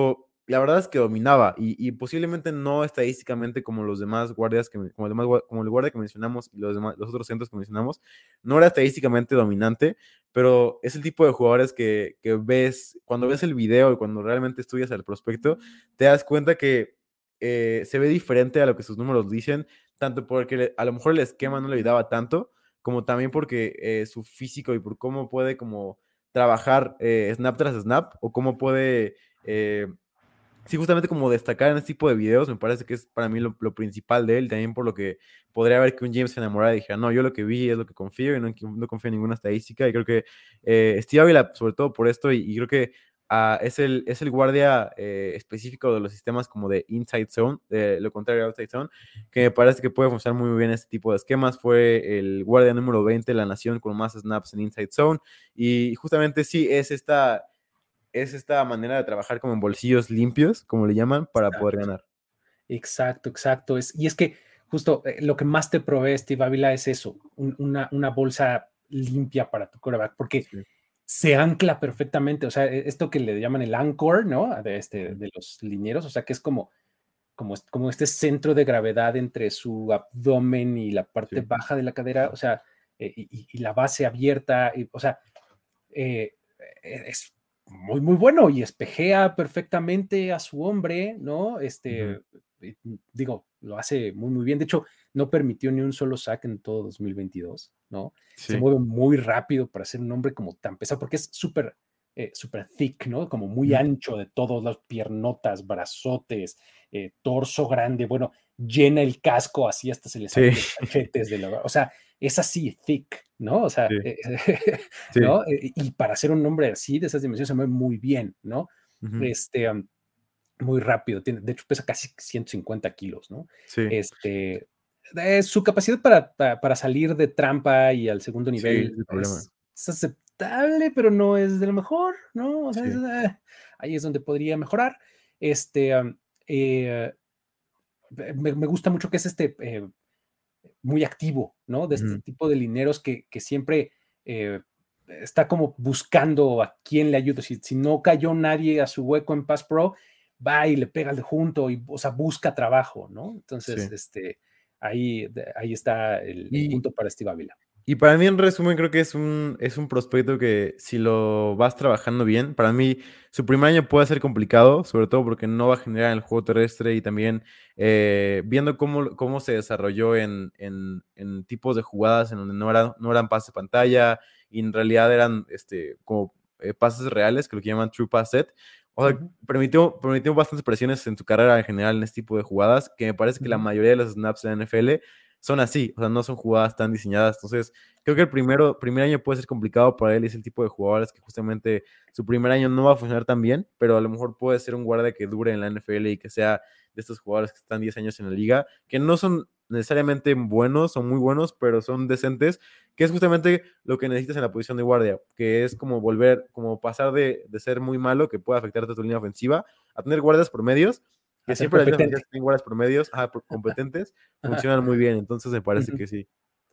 la verdad es que dominaba y, y posiblemente no estadísticamente como los demás guardias, que, como, el demás, como el guardia que mencionamos y los, demás, los otros centros que mencionamos, no era estadísticamente dominante, pero es el tipo de jugadores que, que ves, cuando ves el video y cuando realmente estudias al prospecto, te das cuenta que eh, se ve diferente a lo que sus números dicen, tanto porque le, a lo mejor el esquema no le ayudaba tanto, como también porque eh, su físico y por cómo puede como trabajar eh, snap tras snap o cómo puede... Eh, sí, justamente como destacar en este tipo de videos, me parece que es para mí lo, lo principal de él, también por lo que podría ver que un James se enamorara y dijera, no, yo lo que vi es lo que confío y no, no confío en ninguna estadística, y creo que eh, Steve Ávila, sobre todo por esto, y, y creo que uh, es, el, es el guardia eh, específico de los sistemas como de inside zone, de lo contrario a outside zone, que me parece que puede funcionar muy bien este tipo de esquemas. Fue el guardia número veinte de la nación con más snaps en inside zone, y justamente sí, es esta es esta manera de trabajar como en bolsillos limpios, como le llaman, para
Exacto,
poder ganar.
exacto, exacto. Es, y es que justo eh, lo que más te provee Steve Ávila es eso, un, una, una bolsa limpia para tu quarterback, porque
Sí.
se ancla perfectamente, o sea, e, esto que le llaman el anchor, ¿no? De, este,
Uh-huh.
de los linieros, o sea, que es como, como, como este centro de gravedad entre su abdomen y la parte
Sí.
baja de la cadera, o sea, eh, y, y, la base abierta, y, o sea, eh, es muy, muy bueno y espejea perfectamente a su hombre, ¿no? Este, uh-huh. Digo, lo hace muy, muy bien. De hecho, no permitió ni un solo sack en todo dos mil veintidós, ¿no? Sí. Se mueve muy rápido para ser un hombre como tan pesado, porque es súper, eh, súper thick, ¿no? Como muy uh-huh. ancho de todos, las piernotas, brazotes, eh, torso grande, bueno, llena el casco así hasta se le salen sí. los cachetes de la, o sea, es así, thick, ¿no? O sea, sí. eh, sí. ¿no? Eh, y para ser un hombre así, de esas dimensiones, se mueve muy bien, ¿no? Uh-huh. Este, um, muy rápido, tiene, de hecho pesa casi ciento cincuenta kilos, ¿no?
Sí.
Este, eh, su capacidad para, para, para, salir de trampa y al segundo nivel
sí,
es, es aceptable, pero no es de lo mejor, ¿no? O sea, sí. es, eh, ahí es donde podría mejorar. Este, um, eh, me, me, gusta mucho que es este eh, muy activo, ¿no? De este uh-huh. tipo de lineros que, que siempre eh, está como buscando a quién le ayude. Si, si no cayó nadie a su hueco en Pass Pro, va y le pega al de junto, y, o sea, busca trabajo, ¿no? Entonces, sí. este, ahí, ahí está el, el punto para Steve Ávila.
Y para mí, en resumen, creo que es un, es un prospecto que si lo vas trabajando bien, para mí su primer año puede ser complicado, sobre todo porque no va a generar el juego terrestre, y también eh, viendo cómo, cómo se desarrolló en, en, en tipos de jugadas en donde no, era, no eran pases de pantalla y en realidad eran este, como eh, pases reales, que lo que llaman true pass set. O sea, uh-huh. permitió, permitió bastantes presiones en su carrera en general en este tipo de jugadas, que me parece que uh-huh. la mayoría de los snaps de la N F L son así, o sea, no son jugadas tan diseñadas. Entonces, creo que el primero, primer año puede ser complicado para él, y es el tipo de jugadores que justamente su primer año no va a funcionar tan bien, pero a lo mejor puede ser un guardia que dure en la N F L y que sea de estos jugadores que están diez años en la liga, que no son necesariamente buenos, son muy buenos, pero son decentes, que es justamente lo que necesitas en la posición de guardia, que es como volver, como pasar de, de ser muy malo, que puede afectarte a tu línea ofensiva, a tener guardias promedios, que siempre las líneas tienen guardias promedios, ajá, competentes, funcionan muy bien. Entonces me parece uh-huh. que sí.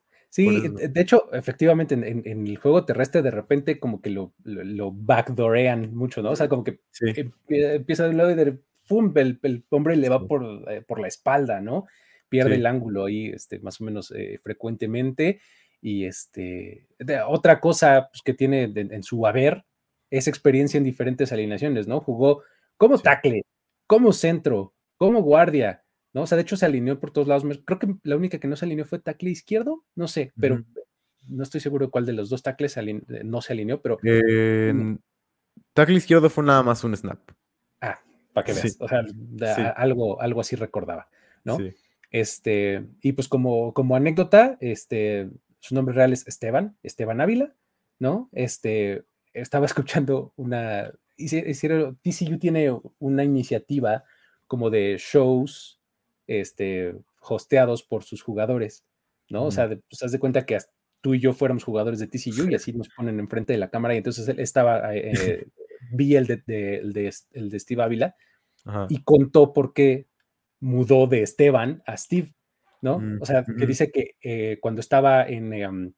Sí, de hecho, efectivamente, en, en, en el juego terrestre de repente como que lo, lo, lo backdoorean mucho, ¿no? O sea, como que
sí.
empieza de un lado y de pum, el, el hombre le va sí. por, eh, por la espalda, ¿no? Pierde sí. el ángulo ahí, este, más o menos eh, frecuentemente. Y este, de, otra cosa pues, que tiene de, en su haber es experiencia en diferentes alineaciones, ¿no? Jugó como sí. tackle, como centro, como guardia, ¿no? O sea, de hecho se alineó por todos lados. Creo que la única que no se alineó fue tackle izquierdo, no sé, pero uh-huh. no estoy seguro de cuál de los dos tackles aline- no se alineó, pero...
Eh, tackle izquierdo fue nada más un snap.
Ah, para que veas. Sí. O sea, de, sí. algo, algo así recordaba, ¿no? Sí. Este, y pues como, como anécdota, este, su nombre real es Esteban, Esteban Ávila, ¿no? Este, estaba escuchando una... Hicieron, T C U tiene una iniciativa como de shows este, hosteados por sus jugadores, ¿no? Mm. O sea, de, pues haz de cuenta que tú y yo fuéramos jugadores de T C U y así nos ponen enfrente de la cámara, y entonces él estaba, eh, vi el de, de, el, de, el de Steve Ávila. Ajá. Y contó por qué mudó de Esteban a Steve, ¿no? Mm. O sea, que mm. dice que eh, cuando estaba en, um,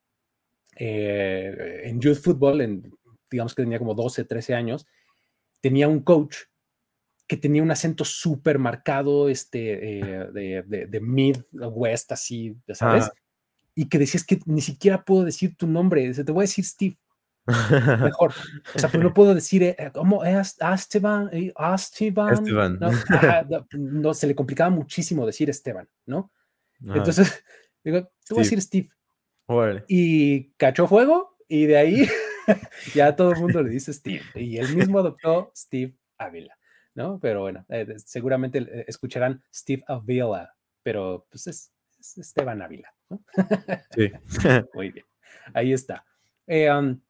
eh, en youth football, en, digamos que tenía como doce, trece años, tenía un coach que tenía un acento súper marcado, este, eh, de, de, de Midwest, así, ¿sabes?
Ah.
Y que decías que ni siquiera puedo decir tu nombre, dice, te voy a decir Steve, mejor. O sea, pues no puedo decir, eh, ¿cómo es? Esteban, eh, Esteban,
Esteban.
no, ajá, no, no, se le complicaba muchísimo decir Esteban, ¿no?
Ajá.
Entonces, digo, te voy a decir Steve.
Órale.
Y cachó fuego, y de ahí ya todo el mundo le dice Steve, y él mismo adoptó Steve Ávila, ¿no? Pero bueno, eh, seguramente eh, escucharán Steve Avila, pero pues es, es Esteban Ávila, ¿no?
Sí.
Muy bien, ahí está. Eh, um,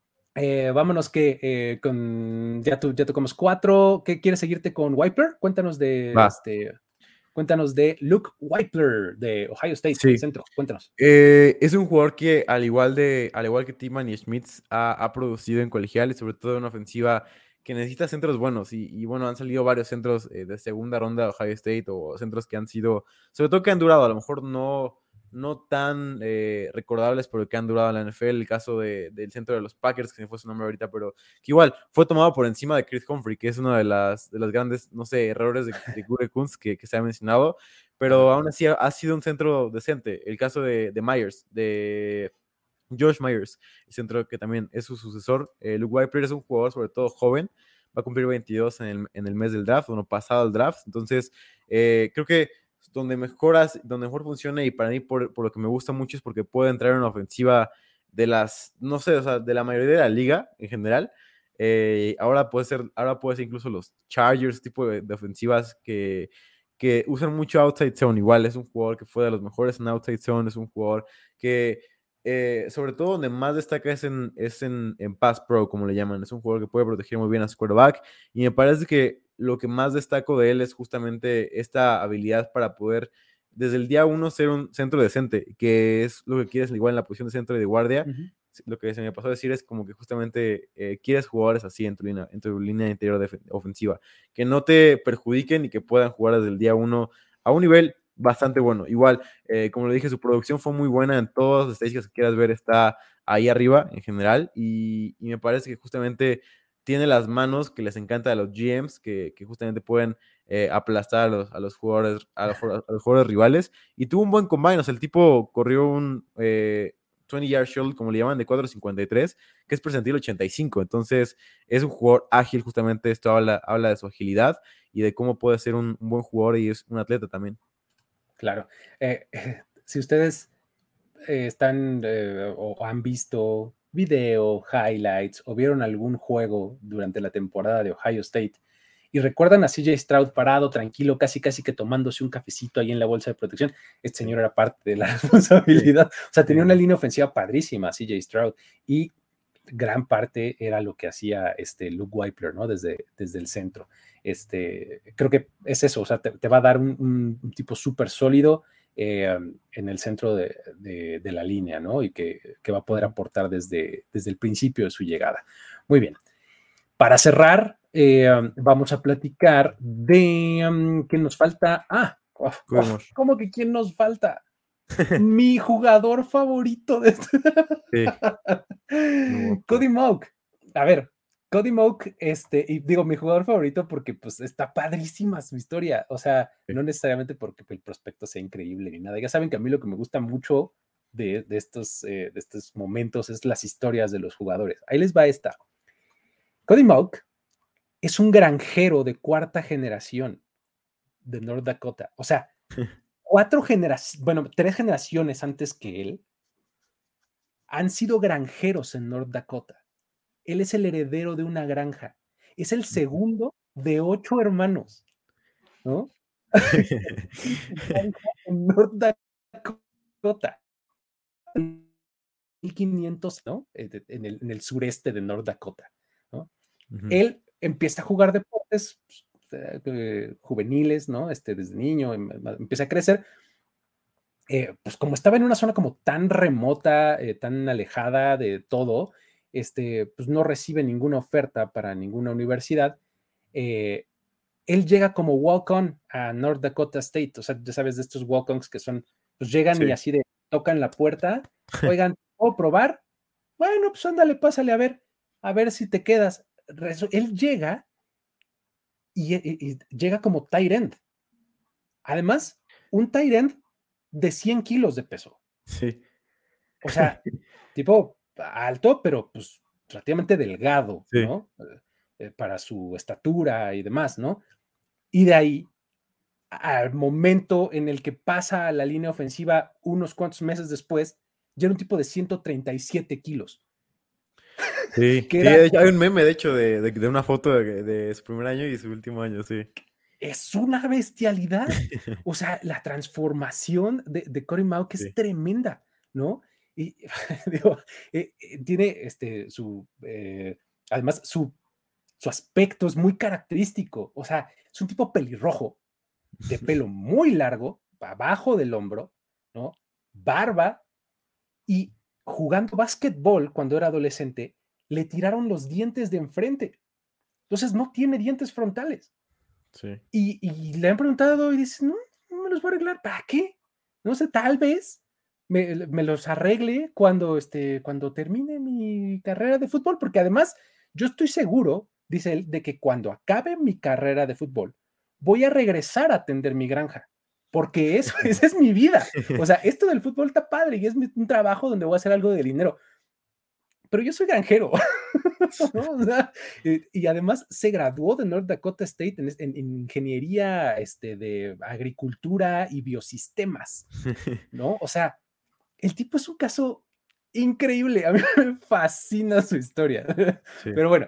eh, vámonos que eh, con ya, tu, ya tocamos cuatro. ¿Qué quieres seguirte con Wiper? Cuéntanos de
Va.
este, cuéntanos de Luke Wypler de Ohio State,
Sí.
centro. Cuéntanos.
Eh, es un jugador que, al igual, de, al igual que Timan y Schmitz, ha, ha producido en colegial y sobre todo en ofensiva que necesita centros buenos. Y, y bueno, han salido varios centros eh, de segunda ronda de Ohio State o centros que han sido, sobre todo que han durado, a lo mejor no, no tan eh, recordables, pero que han durado en la N F L. El caso de, del centro de los Packers, que se me fue su nombre ahorita, pero que igual fue tomado por encima de Chris Humphrey, que es uno de las, de las grandes, no sé, errores de, de Gutekunst que, que se ha mencionado. Pero aún así ha, ha sido un centro decente. El caso de, de Myers, de Josh Myers, el centro que también es su sucesor. Eh, Luke Wypler es un jugador sobre todo joven, va a cumplir veintidós en el, en el mes del draft, bueno, pasado el draft. Entonces, eh, creo que donde mejoras, donde mejor funciona y para mí por, por lo que me gusta mucho es porque puede entrar en una ofensiva de las, no sé, o sea, de la mayoría de la liga en general. Eh, ahora puede ser, ahora puede ser incluso los Chargers, tipo de, de ofensivas que que usan mucho outside zone. Igual es un jugador que fue de los mejores en outside zone, es un jugador que eh, sobre todo donde más destaca es, en, es en, en pass pro, como le llaman. Es un jugador que puede proteger muy bien a su quarterback y me parece que lo que más destaco de él es justamente esta habilidad para poder desde el día uno ser un centro decente, que es lo que quieres igual en la posición de centro y de guardia. Uh-huh. Lo que se me pasó a decir es como que justamente eh, quieres jugadores así en tu línea, en tu línea interior de ofensiva, que no te perjudiquen y que puedan jugar desde el día uno a un nivel bastante bueno. Igual, eh, como le dije, su producción fue muy buena en todas las estadísticas que quieras ver, está ahí arriba en general, y, y me parece que justamente tiene las manos que les encanta a los G Ms, que, que justamente pueden eh, aplastar a los, a los jugadores a los, a los jugadores rivales, y tuvo un buen combine. O sea, el tipo corrió un eh, veinte yard shuttle, como le llaman, de cuatro cincuenta y tres, que es percentil ochenta y cinco. Entonces es un jugador ágil. Justamente esto habla, habla de su agilidad y de cómo puede ser un, un buen jugador, y es un atleta también.
Claro. Eh, eh, si ustedes eh, están eh, o han visto video, highlights o vieron algún juego durante la temporada de Ohio State y recuerdan a C J Stroud parado, tranquilo, casi casi que tomándose un cafecito ahí en la bolsa de protección, este señor era parte de la responsabilidad. O sea, tenía una línea ofensiva padrísima, C J Stroud, y gran parte era lo que hacía este Luke Wypler, ¿no? Desde, desde el centro. Este, creo que es eso, o sea, te, te va a dar un, un, un tipo súper sólido eh, en el centro de, de, de, la línea, ¿no? Y que, que va a poder aportar desde, desde el principio de su llegada. Muy bien. Para cerrar, eh, vamos a platicar de um, ¿quién nos falta? Ah, oh, oh, ¿cómo que quién nos falta? Mi jugador favorito de este... sí. No, Cody Mauch. A ver, Cody Mauch, este, y digo mi jugador favorito porque pues está padrísima su historia. O sea, sí. No necesariamente porque el prospecto sea increíble ni nada. Ya saben que a mí lo que me gusta mucho de, de, estos, eh, de estos momentos es las historias de los jugadores. Ahí les va esta. Cody Mauch es un granjero de cuarta generación de North Dakota. O sea, cuatro generaciones, bueno, tres generaciones antes que él han sido granjeros en North Dakota. Él es el heredero de una granja. Es el segundo de ocho hermanos, ¿no? En North Dakota. mil quinientos, ¿no? En el, en el sureste de North Dakota, ¿no? Uh-huh. Él empieza a jugar deportes eh, juveniles, ¿no? Este, desde niño, em, empieza a crecer. Eh, pues como estaba en una zona como tan remota, eh, tan alejada de todo, este, pues no recibe ninguna oferta para ninguna universidad. Eh, él llega como walk-on a North Dakota State. O sea, ya sabes de estos walk-ons que son, pues llegan sí. y así de, tocan la puerta, oigan, ¿puedo probar? Bueno, pues ándale, pásale a ver, a ver si te quedas. Él llega y, y, y llega como tight end. Además, un tight end de cien kilos de peso.
Sí.
O sea, tipo alto, pero pues relativamente delgado,
Sí.
¿no? Eh, para su estatura y demás, ¿no? Y de ahí, al momento en el que pasa a la línea ofensiva unos cuantos meses después, ya era un tipo de ciento treinta y siete kilos.
Sí,
Que
sí,
era,
de hecho, hay un meme, de hecho, de, de, de una foto de, de su primer año y su último año, sí.
es una bestialidad. O sea, la transformación de, de Cory Mauch es
Sí.
tremenda, ¿no? Y digo, eh, eh, tiene este, su, eh, además, su, su aspecto es muy característico. O sea, es un tipo pelirrojo, de pelo muy largo, abajo del hombro, ¿no? Barba, y jugando básquetbol cuando era adolescente, le tiraron los dientes de enfrente. Entonces no tiene dientes frontales.
Sí.
Y, y le han preguntado y dice, no, no me los voy a arreglar. ¿Para qué? No sé, tal vez me, me los arregle cuando, este, cuando termine mi carrera de fútbol, porque además yo estoy seguro, dice él, de que cuando acabe mi carrera de fútbol, voy a regresar a atender mi granja, porque eso, esa es mi vida. O sea, esto del fútbol está padre y es mi, un trabajo donde voy a hacer algo de dinero, pero yo soy granjero. ¿No? O sea, y, y además se graduó de North Dakota State en, en, en ingeniería este, de agricultura y biosistemas, ¿no? O sea, el tipo es un caso increíble. A mí me fascina su historia.
Sí.
Pero bueno,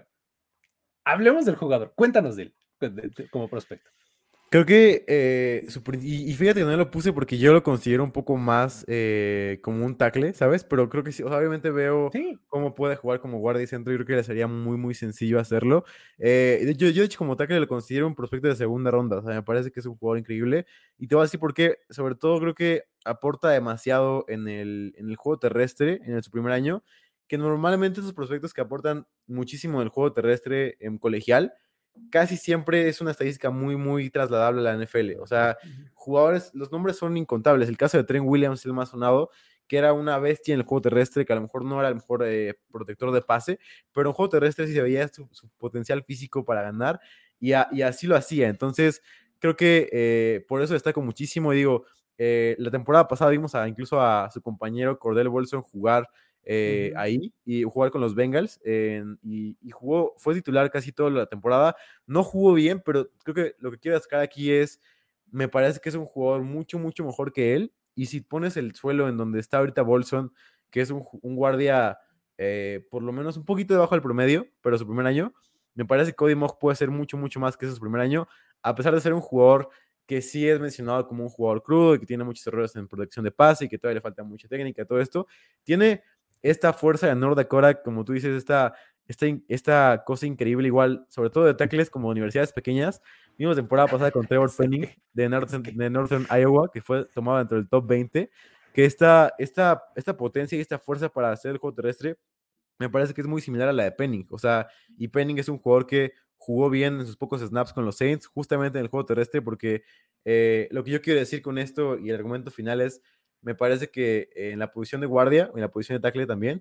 hablemos del jugador. Cuéntanos de él de, de, como prospecto.
Creo que, eh, su prin- y, y fíjate que no lo puse porque yo lo considero un poco más eh, como un tackle, ¿sabes? Pero creo que sí, o sea, obviamente veo
Sí.
cómo puede jugar como guardia y centro y creo que le sería muy, muy sencillo hacerlo. Eh, de hecho, yo, de hecho, como tackle lo considero un prospecto de segunda ronda, o sea, me parece que es un jugador increíble y te voy a decir por qué, sobre todo creo que aporta demasiado en el, en el juego terrestre en el, su primer año, que normalmente esos prospectos que aportan muchísimo en el juego terrestre en colegial, casi siempre es una estadística muy, muy trasladable a la N F L. O sea, jugadores, los nombres son incontables. El caso de Trent Williams es el más sonado, que era una bestia en el juego terrestre, que a lo mejor no era el mejor eh, protector de pase, pero en juego terrestre sí se veía su, su potencial físico para ganar y, a, y, así lo hacía. Entonces, creo que eh, por eso destaco muchísimo. Y digo, eh, la temporada pasada vimos a, incluso a su compañero Cordell Wilson jugar eh, uh-huh. ahí y jugar con los Bengals eh, y, y jugó, fue titular casi toda la temporada. No jugó bien, pero creo que lo que quiero destacar aquí es, me parece que es un jugador mucho, mucho mejor que él. Y si pones el suelo en donde está ahorita Bolson, que es un, un guardia eh, por lo menos un poquito debajo del promedio, pero su primer año, me parece que Cody Mauch puede ser mucho, mucho más que su primer año, a pesar de ser un jugador que sí es mencionado como un jugador crudo y que tiene muchos errores en protección de pase y que todavía le falta mucha técnica, todo esto. Tiene esta fuerza de North Dakota, como tú dices, esta, esta, esta cosa increíble, igual, sobre todo de tackles como universidades pequeñas. Vimos temporada pasada con Trevor sí. Penning de Northern, de Northern Iowa, que fue tomado dentro del top veinte, que esta, esta, esta potencia y esta fuerza para hacer el juego terrestre me parece que es muy similar a la de Penning. O sea, y Penning es un jugador que jugó bien en sus pocos snaps con los Saints, justamente en el juego terrestre, porque eh, lo que yo quiero decir con esto y el argumento final es, me parece que en la posición de guardia, en la posición de tackle también,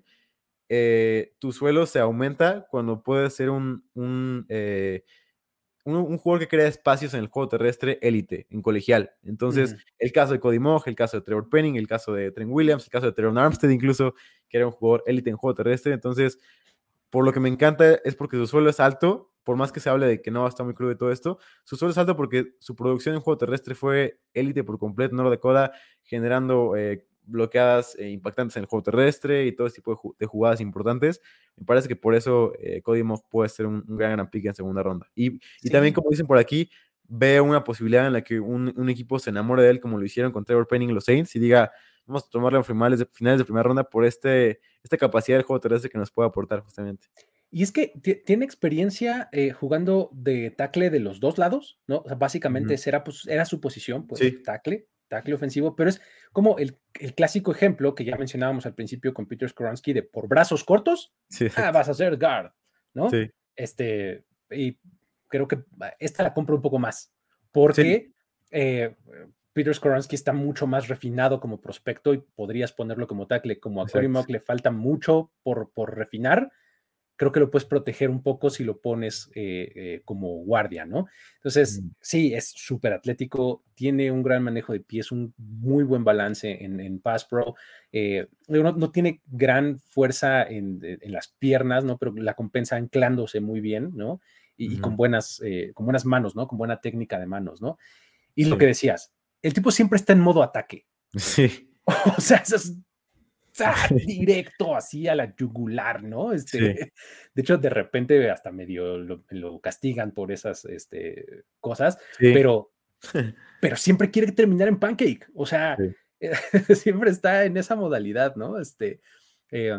eh, tu suelo se aumenta cuando puedes ser un, un, eh, un, un jugador que crea espacios en el juego terrestre élite, en colegial. Entonces, uh-huh. el caso de Cody Mauch, el caso de Trevor Penning, el caso de Trent Williams, el caso de Teron Armstead incluso, que era un jugador élite en juego terrestre. Entonces, por lo que me encanta es porque su suelo es alto, por más que se hable de que no está muy crudo y todo esto, su suelo es alto porque su producción en juego terrestre fue élite por completo, North Dakota, generando eh, bloqueadas eh, impactantes en el juego terrestre y todo ese tipo de, ju- de jugadas importantes. Me parece que por eso eh, Cody Mauch puede ser un, un gran, gran pick en segunda ronda. Y, y sí. también, como dicen por aquí, veo una posibilidad en la que un, un equipo se enamore de él, como lo hicieron con Trevor Penning y los Saints, y diga, vamos a tomarle en finales de, finales de primera ronda por este, esta capacidad del juego terrestre que nos puede aportar justamente.
Y es que t- tiene experiencia eh, jugando de tackle de los dos lados, ¿no? O sea, básicamente uh-huh. era, pues, era su posición, pues, sí. tackle, tackle ofensivo, pero es como el, el clásico ejemplo que ya mencionábamos al principio con Peter Skoronski de por brazos cortos, sí. ah, vas a ser guard, ¿no?
Sí.
Este, y creo que esta la compro un poco más, porque sí. eh, Peter Skoronski está mucho más refinado como prospecto y podrías ponerlo como tackle, como a Cory Mauch le falta mucho por, por refinar. creo que lo puedes proteger un poco si lo pones eh, eh, como guardia, ¿no? Entonces,
Mm.
sí, es súper atlético, tiene un gran manejo de pies, un muy buen balance en, en pass pro. Eh, no, no tiene gran fuerza en, en, las piernas, ¿no? Pero la compensa anclándose muy bien, ¿no? Y, y con,
Ujú.
buenas, eh, con buenas manos, ¿no? Con buena técnica de manos, ¿no? Y lo
Sí.
que decías, el tipo siempre está en modo ataque.
Sí.
O sea, eso es ¡ah! Directo así a la yugular, ¿no? Este,
Sí.
de hecho, de repente hasta medio lo, lo castigan por esas este, cosas,
Sí.
pero, pero siempre quiere terminar en pancake. O sea,
Sí.
siempre está en esa modalidad, ¿no? Este, eh,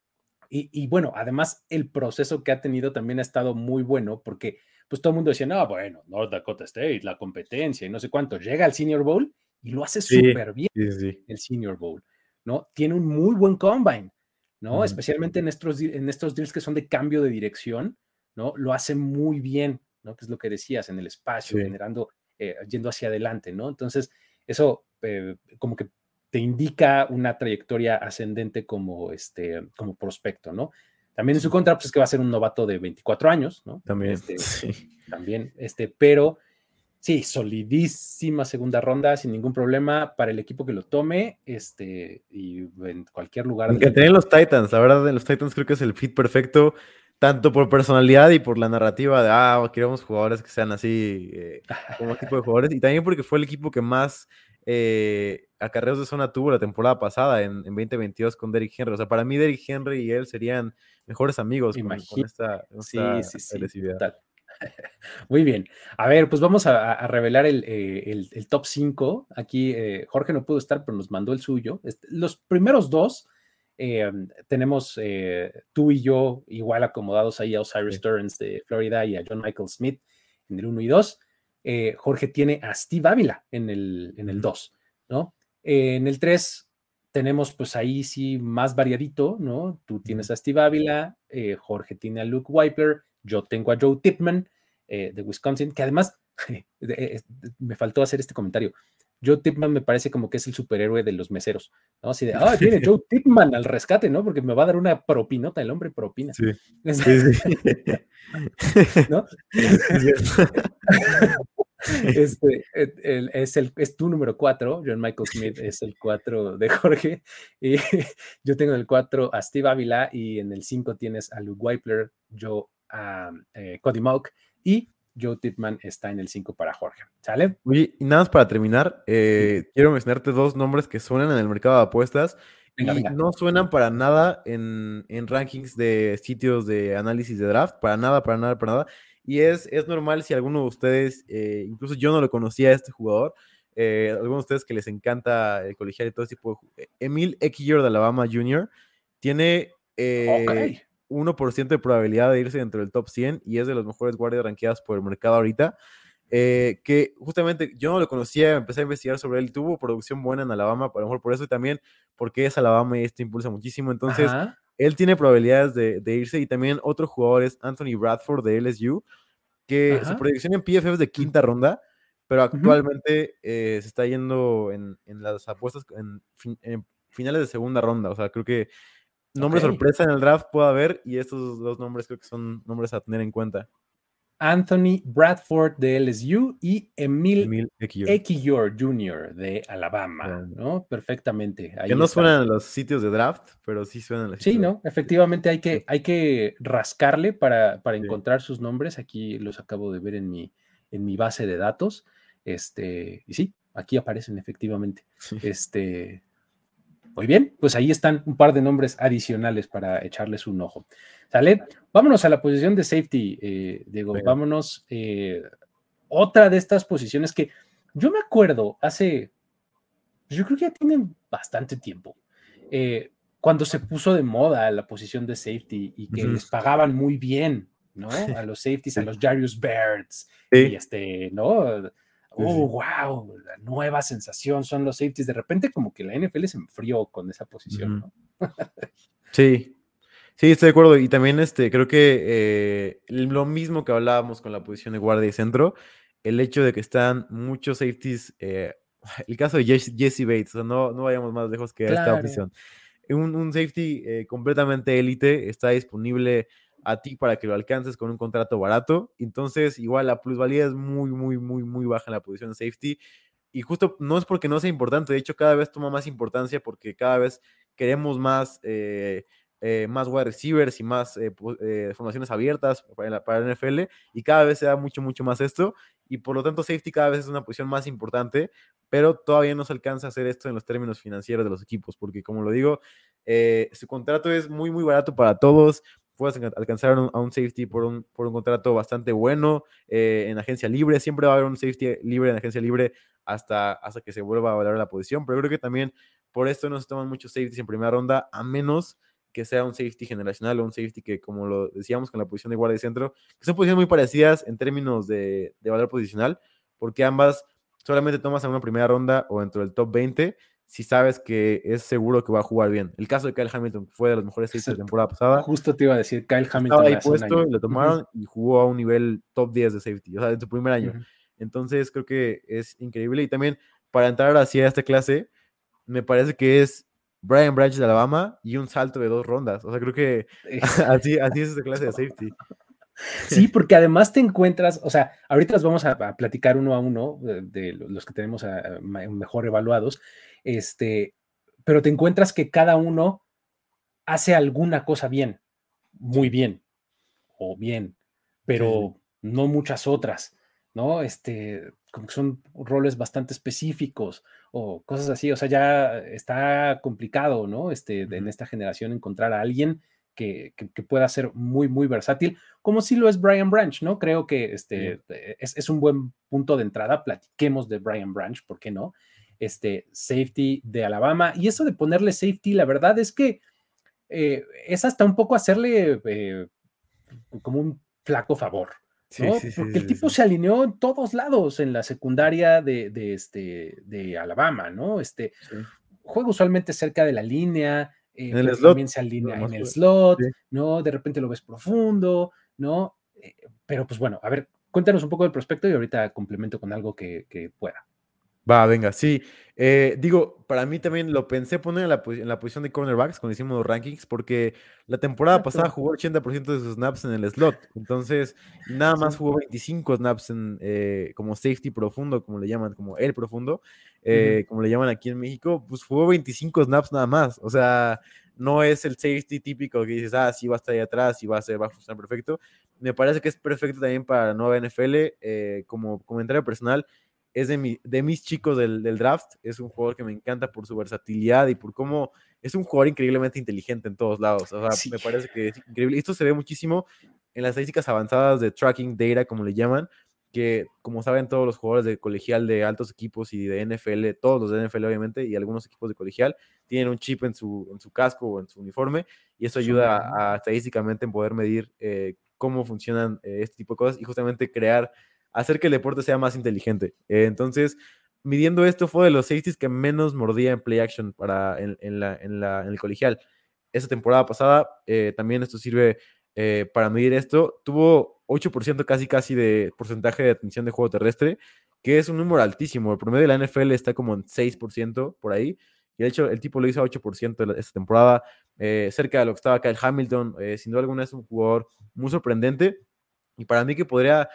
y, y bueno, además el proceso que ha tenido también ha estado muy bueno porque pues todo el mundo decía, no, bueno, North Dakota State, la competencia y no sé cuánto. Llega al Senior Bowl y lo hace
Sí.
súper bien
Sí, sí.
el Senior Bowl, ¿no? Tiene un muy buen combine, ¿no?
Ujú.
Especialmente en estos, en estos deals que son de cambio de dirección, ¿no? Lo hace muy bien, ¿no? Que es lo que decías, en el espacio,
Sí.
generando, eh, yendo hacia adelante, ¿no? Entonces, eso eh, como que te indica una trayectoria ascendente como, este, como prospecto, ¿no? También en su contra, pues es que va a ser un novato de veinticuatro años, ¿no?
También,
Este,
sí.
También, este, pero sí, solidísima segunda ronda, sin ningún problema para el equipo que lo tome, este, y en cualquier lugar
Me
de la
encantaría en
liga.
los Titans, la verdad, en los Titans creo que es el fit perfecto, tanto por personalidad y por la narrativa de, ah, queremos jugadores que sean así, eh, como tipo de jugadores, y también porque fue el equipo que más eh, acarreos de zona tuvo la temporada pasada, en, en veinte veintidós con Derrick Henry. O sea, para mí Derrick Henry y él serían mejores amigos con, con
Imagínate.
esta, con
Sí,
esta
sí, sí,
agresividad.
total. Muy bien. A ver, pues vamos a, a revelar el, eh, el, el top cinco. Aquí eh, Jorge no pudo estar, pero nos mandó el suyo. Este, los primeros dos eh, tenemos eh, tú y yo igual acomodados ahí a Osiris
Sí.
Turns de Florida y a John Michael Smith en el uno y dos. Eh, Jorge tiene a Steve Ávila en el, en el
Ujú.
dos, ¿no? Eh, en el tres tenemos pues ahí sí más variadito, ¿no? Tú tienes
Ujú.
a Steve Ávila, eh, Jorge tiene a Luke Wypler, yo tengo a Joe Tipman eh, de Wisconsin, que además me faltó hacer este comentario. Joe Tipman me parece como que es el superhéroe de los meseros, ¿no? Así de, ah, viene Joe Tipman al rescate, ¿no? Porque me va a dar una propinota, el hombre propina.
Sí, sí, sí.
¿No?
Sí,
Este, el, es, el, es tu número cuatro, John Michael Smith es el cuatro de Jorge, y yo tengo el cuatro a Steve Ávila, y en el cinco tienes a Luke Wypler, yo a eh, Cody Mauch, y Joe Tipman está en el cinco para Jorge, ¿sale?
Oye, y nada más para terminar, eh, quiero mencionarte dos nombres que suenan en el mercado de apuestas
Venga,
y
venga.
no suenan para nada en, en rankings de sitios de análisis de draft, para nada, para nada, para nada. Y es, es normal si alguno de ustedes, eh, incluso yo no lo conocía a este jugador, eh, algunos de ustedes que les encanta el colegial y todo ese tipo de ju- Emil Ekiyor de Alabama junior tiene
Ok.
eh, uno por ciento de probabilidad de irse dentro del top cien y es de los mejores guardias rankeados por el mercado ahorita. Eh, que justamente yo no lo conocía, empecé a investigar sobre él, tuvo producción buena en Alabama, a lo mejor por eso y también porque es Alabama y esto impulsa muchísimo, entonces
Ajá.
él tiene probabilidades de, de irse y también otro jugador es Anthony Bradford de L S U, que su
Ajá.
proyección en P F F es de quinta ronda, pero
Uh-huh.
actualmente eh, se está yendo en, en las apuestas en, fin, en, finales de segunda ronda, o sea, creo que nombre
Ok.
sorpresa en el draft puede haber y estos dos nombres creo que son nombres a tener en cuenta.
Anthony Bradford de L S U y Emil
Emil Ekiyor.
Ekiyor junior de Alabama, ¿no? Perfectamente,
Que
ahí
no
están.
suenan en los sitios de draft, pero sí suenan en los
Sí,
sitios de
¿no? Efectivamente hay que,
draft.
hay que rascarle para, para
Sí.
encontrar sus nombres. Aquí los acabo de ver en mi, en mi base de datos. Este, y sí, aquí aparecen efectivamente.
Sí.
Este, muy bien, pues ahí están un par de nombres adicionales para echarles un ojo. ¿Sale? Vámonos a la posición de safety, eh, Diego.
Venga.
Vámonos. Eh, otra de estas posiciones que yo me acuerdo hace, yo creo que ya tienen bastante tiempo, eh, cuando se puso de moda la posición de safety y que
Ujú.
les pagaban muy bien, ¿no? A los safeties, a
Sí.
los Jarius Birds, y
Sí.
este, ¿no?
Sí,
Oh,
sí.
wow, la nueva sensación son los safeties. De repente, como que la N F L se enfrió con esa posición,
Ujú.
¿no?
Sí. Sí, estoy de acuerdo. Y también este, creo que eh, lo mismo que hablábamos con la posición de guardia y centro, el hecho de que están muchos safeties, eh, el caso de Jesse, Jesse Bates, o sea, no, no vayamos más lejos que a esta
Claro.
opción. Un, un safety eh, completamente élite está disponible a ti para que lo alcances con un contrato barato. Entonces, igual la plusvalía es muy, muy, muy, muy baja en la posición de safety. Y justo no es porque no sea importante, de hecho cada vez toma más importancia porque cada vez queremos más, eh, eh, más wide receivers y más eh, eh, formaciones abiertas para la, para la N F L, y cada vez se da mucho, mucho más esto, y por lo tanto safety cada vez es una posición más importante, pero todavía no se alcanza a hacer esto en los términos financieros de los equipos, porque como lo digo, eh, su contrato es muy, muy barato para todos. Puedes alcanzar a un safety por un, por un contrato bastante bueno eh, en agencia libre. Siempre va a haber un safety libre en agencia libre hasta, hasta que se vuelva a valorar la posición, pero creo que también por esto no se toman muchos safeties en primera ronda, a menos que sea un safety generacional o un safety que, como lo decíamos con la posición de guardia de centro, que son posiciones muy parecidas en términos de, de valor posicional, porque ambas solamente tomas en una primera ronda o dentro del top veinte si sabes que es seguro que va a jugar bien. El caso de Kyle Hamilton, que fue de los mejores safeties de la temporada pasada.
Justo te iba a decir, Kyle Hamilton
Estaba ahí
hace un
puesto,
año.
lo tomaron
Uh-huh.
y jugó a un nivel top diez de safety, o sea, en su primer año.
Uh-huh.
Entonces creo que es increíble. Y también para entrar hacia esta clase, me parece que es Brian Branch de Alabama y un salto de dos rondas. O sea, creo que así, así es esta clase de safety.
Sí, porque además te encuentras, o sea, ahorita los vamos a, a platicar uno a uno de, de los que tenemos a, a mejor evaluados, este, pero te encuentras que cada uno hace alguna cosa bien, muy bien, o bien, pero sí, sí. no muchas otras, ¿no? Este, como que son roles bastante específicos o cosas así, o sea, ya está complicado, ¿no? Este, uh-huh. En esta generación encontrar a alguien que, que, que pueda ser muy, muy versátil, como si lo es Brian Branch, ¿no? Creo que este, sí. es, es un buen punto de entrada, platiquemos de Brian Branch, ¿por qué no? Este, safety de Alabama, y eso de ponerle safety, la verdad es que eh, es hasta un poco hacerle eh, como un flaco favor, ¿no? Sí, sí, sí, porque el tipo sí. se alineó en todos lados en la secundaria de, de, este, de Alabama, ¿no? Este, sí. Juega usualmente cerca de la línea, eh,
en el
pero
slot,
también se alinea en el slot, sí. ¿no? De repente lo ves profundo, ¿no? Eh, pero pues bueno, a ver, cuéntanos un poco del prospecto y ahorita complemento con algo que, que pueda.
Va, venga, sí. Eh, digo, para mí también lo pensé poner en la, en la posición de cornerbacks cuando hicimos los rankings, porque la temporada Exacto. pasada jugó ochenta por ciento de sus snaps en el slot, entonces, y nada más sí. jugó veinticinco snaps en, eh, como safety profundo, como le llaman, como el profundo, eh, uh-huh. como le llaman aquí en México, pues jugó veinticinco snaps nada más, o sea, no es el safety típico que dices, ah, sí va a estar ahí atrás y va a, ser, va a funcionar perfecto. Me parece que es perfecto también para la nueva N F L, eh, como comentario personal, es de, mi, de mis chicos del, del draft, es un jugador que me encanta por su versatilidad y por cómo es un jugador increíblemente inteligente en todos lados, o sea, sí. me parece que es increíble. Esto se ve muchísimo en las estadísticas avanzadas de tracking data, como le llaman, que como saben todos los jugadores de colegial de altos equipos y de N F L, todos los de N F L obviamente, y algunos equipos de colegial, tienen un chip en su, en su casco o en su uniforme, y eso ayuda a, a estadísticamente en poder medir eh, cómo funcionan eh, este tipo de cosas y justamente crear hacer que el deporte sea más inteligente. Eh, entonces, midiendo esto, fue de los safeties que menos mordía en play action para, en, en, la, en, la, en el colegial. Esa temporada pasada, eh, también esto sirve eh, para medir esto. Tuvo ocho por ciento casi casi de porcentaje de atención de juego terrestre, que es un número altísimo. El promedio de la N F L está como en seis por ciento por ahí. Y de hecho, el tipo lo hizo a ocho por ciento esta temporada, eh, cerca de lo que estaba Kyle Hamilton. Eh, sin duda alguna es un jugador muy sorprendente. Y para mí que podría...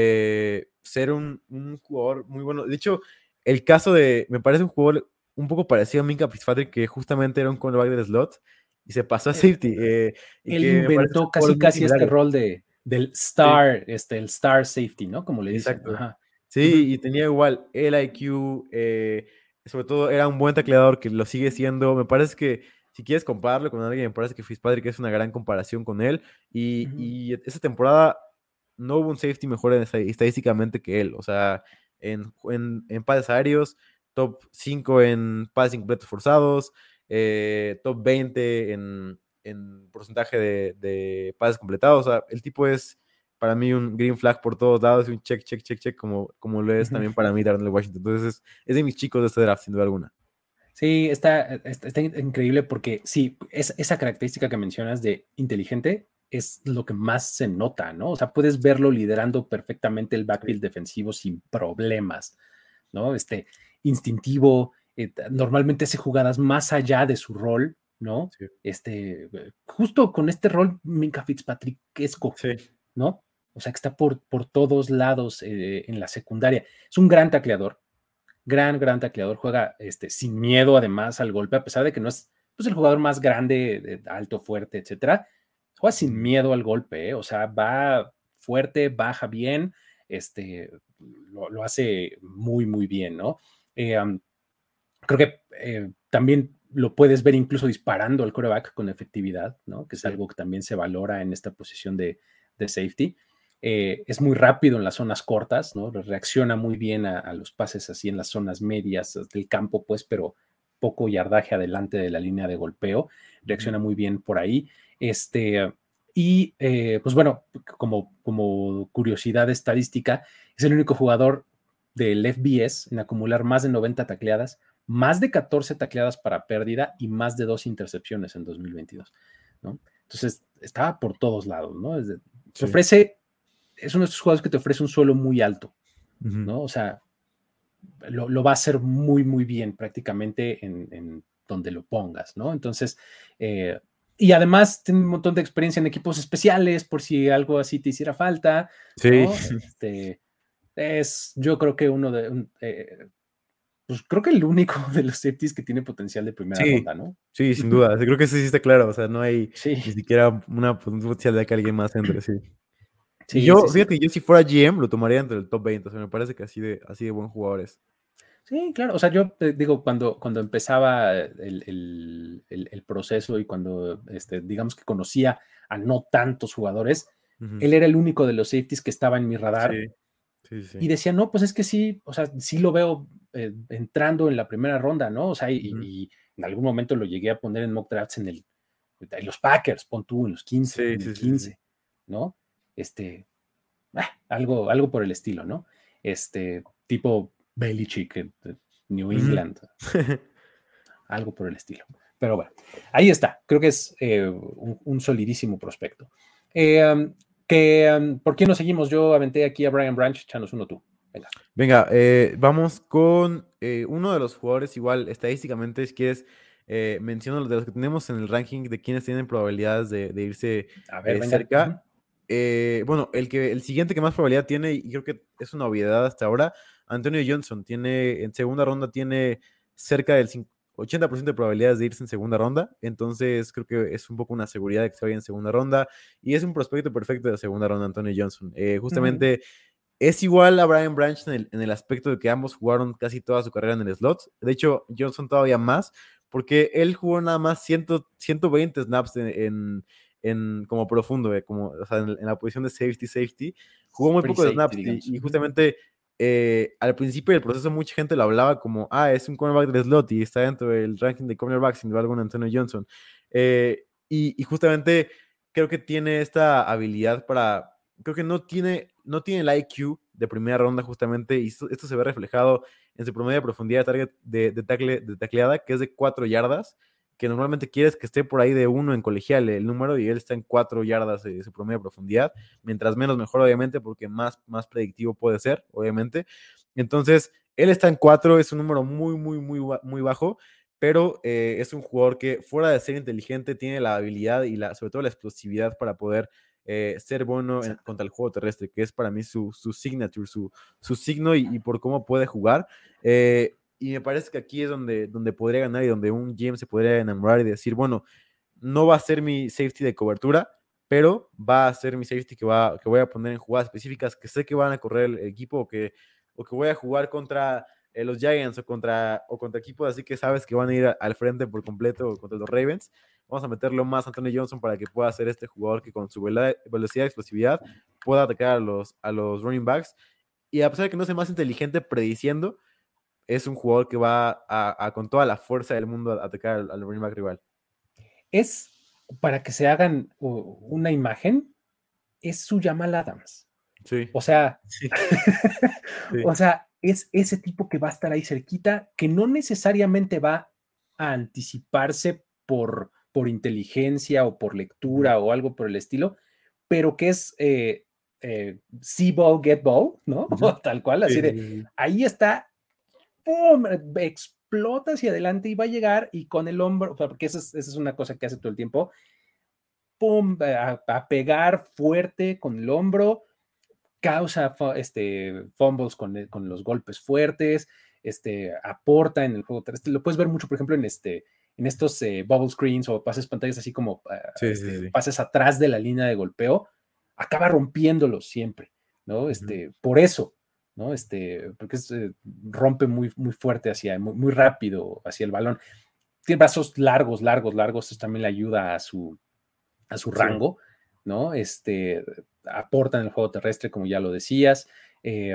Eh, ser un, un jugador muy bueno. De hecho, el caso de, me parece un jugador un poco parecido a Minkah Fitzpatrick, que justamente era un cornerback del slot y se pasó a safety. Eh, y
Él
que
inventó casi casi este rol de, del star, sí. este, el star safety, ¿no? Como le dicen.
Exacto.
Ajá.
Sí, uh-huh. Y tenía igual el I Q, eh, sobre todo era un buen tacleador que lo sigue siendo. Me parece que si quieres compararlo con alguien, me parece que Fitzpatrick es una gran comparación con él. Y, uh-huh. y esa temporada no hubo un safety mejor en estadísticamente que él, o sea, en, en, en pases aéreos, top cinco en pases incompletos forzados, eh, top veinte en, en porcentaje de, de pases completados, o sea, el tipo es para mí un green flag por todos lados, un check, check, check, check, como, como lo es uh-huh. también para mí Darnell Washington, entonces es, es de mis chicos de este draft, sin duda alguna.
Sí, está, está, está increíble porque sí, es, esa característica que mencionas de inteligente es lo que más se nota, ¿no? O sea, puedes verlo liderando perfectamente el backfield defensivo sin problemas, ¿no? Este, instintivo, eh, normalmente hace jugadas más allá de su rol, ¿no?
Sí.
Este, justo con este rol Minka Fitzpatrickesco,
Sí.
¿no? O sea, que está por, por todos lados eh, en la secundaria. Es un gran tacleador, gran, gran tacleador. Juega este, sin miedo además al golpe, a pesar de que no es pues, el jugador más grande, de, alto, fuerte, etcétera. Juega sin
Mm.
miedo al golpe, ¿eh? O sea, va fuerte, baja bien, este, lo, lo hace muy, muy bien, ¿no? Eh, um, creo que eh, también lo puedes ver incluso disparando al quarterback con efectividad, ¿no? Que es
Sí.
algo que también se valora en esta posición de, de safety. Eh, es muy rápido en las zonas cortas, ¿no? Reacciona muy bien a, a los pases así en las zonas medias del campo, pues, pero poco yardaje adelante de la línea de golpeo. Reacciona
Ujú.
muy bien por ahí. Este, y, eh, pues bueno, como, como curiosidad estadística, es el único jugador del F B S en acumular más de noventa tacleadas, más de catorce tacleadas para pérdida y más de dos intercepciones en dos mil veintidós, ¿no? Entonces, estaba por todos lados, ¿no? Es de, te
Sí.
ofrece, es uno de esos jugadores que te ofrece un suelo muy alto,
Ujú.
¿no? O sea, lo, lo va a hacer muy, muy bien prácticamente en, en donde lo pongas, ¿no? Entonces, eh, y además tiene un montón de experiencia en equipos especiales por si algo así te hiciera falta,
Sí.
¿no? Este, es, yo creo que uno de, un, eh, pues creo que el único de los safeties que tiene potencial de primera
Sí,
ronda, ¿no?
sí, sin duda. Sí, creo que sí, sí está claro. O sea, no hay
Sí,
ni siquiera una posibilidad de que alguien más entre, sí. Y
sí, sí,
yo,
sí.
fíjate, yo si fuera G M lo tomaría entre el top veinte. O sea, me parece que así de, así de buen jugador es.
Sí, claro. O sea, yo te digo, cuando, cuando empezaba el, el, el, el proceso y cuando, este, digamos que conocía a no tantos jugadores,
Ujú.
él era el único de los safeties que estaba en mi
Sí,
radar
sí, sí.
y decía, no, pues es que sí, o sea, sí lo veo eh, entrando en la primera ronda, ¿no? O sea, y,
Ujú.
y en algún momento lo llegué a poner en mock drafts en el, en los Packers, pon tú, en los quince,
Sí,
en el
sí, sí, sí, sí.
quince, ¿no? Este, ah, algo, algo por el estilo, ¿no? Este, tipo Belichick, eh, de New
Ujú.
England, algo por el estilo. Pero bueno, ahí está. Creo que es eh, un, un solidísimo prospecto. Eh, um, que, um, ¿por qué no seguimos? Yo aventé aquí a Brian Branch, échanos uno tú. Venga.
Venga, eh, vamos con eh, uno de los jugadores, igual estadísticamente, si quieres, eh, menciono los de los que tenemos en el ranking de quienes tienen probabilidades de, de irse
A ver,
eh,
venga. Uh-huh.
cerca. Eh, bueno, el, que, el siguiente que más probabilidad tiene, y creo que es una obviedad hasta ahora, Antonio Johnson, tiene en segunda ronda tiene cerca del ochenta por ciento de probabilidades de irse en segunda ronda, entonces creo que es un poco una seguridad de que se vaya en segunda ronda, y es un prospecto perfecto de segunda ronda, Antonio Johnson. Eh, justamente... Uh-huh. Es igual a Brian Branch en el, en el aspecto de que ambos jugaron casi toda su carrera en el slot. De hecho, Johnson todavía más, porque él jugó nada más cien, ciento veinte snaps en, en, en como profundo, eh, como, o sea, en, en, la posición de safety, safety. Jugó muy pocos snaps y, y justamente eh, al principio del proceso mucha gente lo hablaba como, ah, es un cornerback del slot y está dentro del ranking de cornerbacks, sin duda alguna, Antonio Johnson. Eh, y, y justamente creo que tiene esta habilidad para... Creo que no tiene, no tiene el I Q de primera ronda justamente, y esto, esto se ve reflejado en su promedio de profundidad de target de, de, tackle, de tacleada, que es de cuatro yardas, que normalmente quieres que esté por ahí de uno en colegial el número, y él está en cuatro yardas de su promedio de profundidad, mientras menos mejor obviamente, porque más, más predictivo puede ser, obviamente. Entonces, él está en cuatro, es un número muy, muy, muy, muy bajo, pero eh, es un jugador que fuera de ser inteligente tiene la habilidad y la, sobre todo la explosividad para poder Eh, ser bueno en, contra el juego terrestre, que es para mí su, su signature, su, su signo y, y por cómo puede jugar. Eh, y me parece que aquí es donde, donde podría ganar y donde un G M se podría enamorar y decir, bueno, no va a ser mi safety de cobertura, pero va a ser mi safety que, va, que voy a poner en jugadas específicas que sé que van a correr el equipo o que, o que voy a jugar contra eh, los Giants o contra, o contra equipos así que sabes que van a ir a, al frente por completo contra los Ravens. Vamos a meterlo más a Antonio Johnson para que pueda ser este jugador que con su velocidad y explosividad pueda atacar a los, a los running backs. Y a pesar de que no sea más inteligente prediciendo, es un jugador que va a, a con toda la fuerza del mundo a atacar al, al running back rival.
Es, para que se hagan uh, una imagen, es su Jamal Adams.
Sí.
O sea,
sí. sí.
o sea, es ese tipo que va a estar ahí cerquita, que no necesariamente va a anticiparse por, por inteligencia o por lectura uh-huh. o algo por el estilo, pero que es eh, eh, see ball, get ball, ¿no? Uh-huh. Tal cual, así sí, de, sí, sí. ahí está, ¡pum! explota hacia adelante y va a llegar y con el hombro, porque esa es, esa es una cosa que hace todo el tiempo, pum, a, a pegar fuerte con el hombro, causa este, fumbles con, con los golpes fuertes, este, aporta en el juego terrestre. Lo puedes ver mucho, por ejemplo, en, este, en estos eh, bubble screens o pases pantallas así como uh,
Sí,
este,
sí, sí.
pases atrás de la línea de golpeo, acaba rompiéndolos siempre, ¿no? Este, uh-huh. Por eso, ¿no? Este, porque es, eh, rompe muy, muy fuerte hacia, muy, muy rápido hacia el balón. Tiene brazos largos, largos, largos, eso también le ayuda a su, a su rango, sí. ¿No? Este, aporta en el juego terrestre, como ya lo decías. Eh,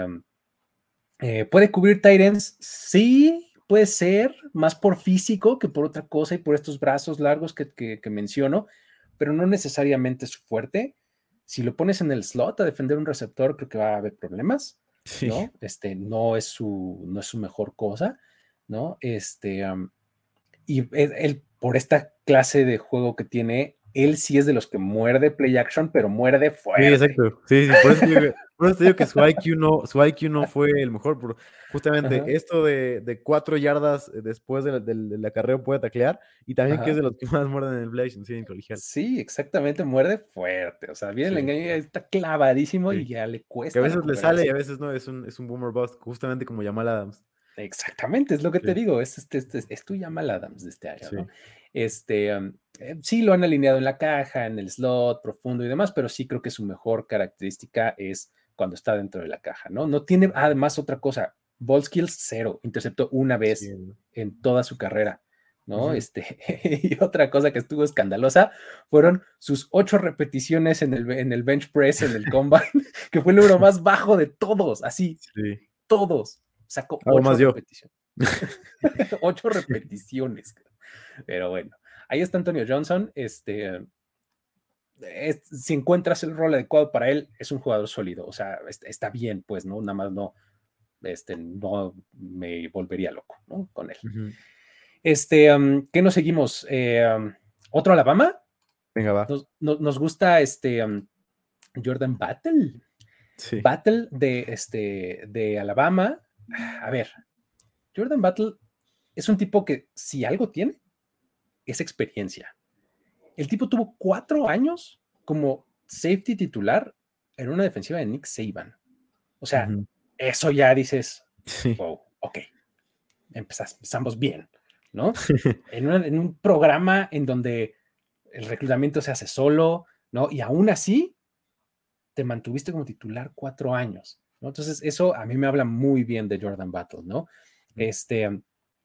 eh, ¿Puede cubrir tight ends? Sí, puede ser, más por físico que por otra cosa y por estos brazos largos que, que, que menciono, pero no necesariamente es su fuerte. Si lo pones en el slot a defender un receptor, creo que va a haber problemas, sí. ¿No? Este, no es su, no es su mejor cosa, ¿no? Este, um, y él, él, por esta clase de juego que tiene, él sí es de los que muerde play action, pero muerde fuerte.
Sí, exacto. Sí, sí, por eso digo, por eso digo que su I Q no, su I Q no fue el mejor. Por, justamente Ajá. esto de, de cuatro yardas después del de, de, de acarreo puede taclear, y también Ajá. que es de los que más muerden en el play action, sí, en colegial.
Sí, exactamente, muerde fuerte. O sea, viene sí. el engaño, está clavadísimo sí. y ya le cuesta.
Que a veces le sale y a veces no, es un, es un boomer bust, justamente como Jamal Adams.
Exactamente, es lo que sí. te digo, es, es, es, es, es tu Jamal Adams de este año, sí. ¿no? Este, um, eh, sí lo han alineado en la caja, en el slot profundo y demás, pero sí creo que su mejor característica es cuando está dentro de la caja, ¿no? No tiene, además, otra cosa, ball skills cero, interceptó una vez sí. en toda su carrera, ¿no? Uh-huh. Este, y otra cosa que estuvo escandalosa fueron sus ocho repeticiones en el, en el bench press, en el combine, que fue el número más bajo de todos, así, sí. todos. Sacó
Algo
ocho repeticiones. ocho repeticiones. Pero bueno, ahí está Antonio Johnson. Este, es, si encuentras el rol adecuado para él, es un jugador sólido. O sea, está, está bien, pues, ¿no? Nada más no, este, no me volvería loco, ¿no? Con él. Uh-huh. Este, um, ¿qué nos seguimos? Eh, um, ¿Otro Alabama?
Venga, va.
Nos, nos, nos gusta este um, Jordan Battle. Sí. Battle de, este, de Alabama. A ver, Jordan Battle es un tipo que si algo tiene, es experiencia. El tipo tuvo cuatro años como safety titular en una defensiva de Nick Saban. O sea, uh-huh. eso ya dices, sí. Wow, ok, empezamos, empezamos bien, ¿no? en, una, en un programa en donde el reclutamiento se hace solo, ¿no? Y aún así, te mantuviste como titular cuatro años, ¿no? Entonces, eso a mí me habla muy bien de Jordan Battle, ¿no? Este,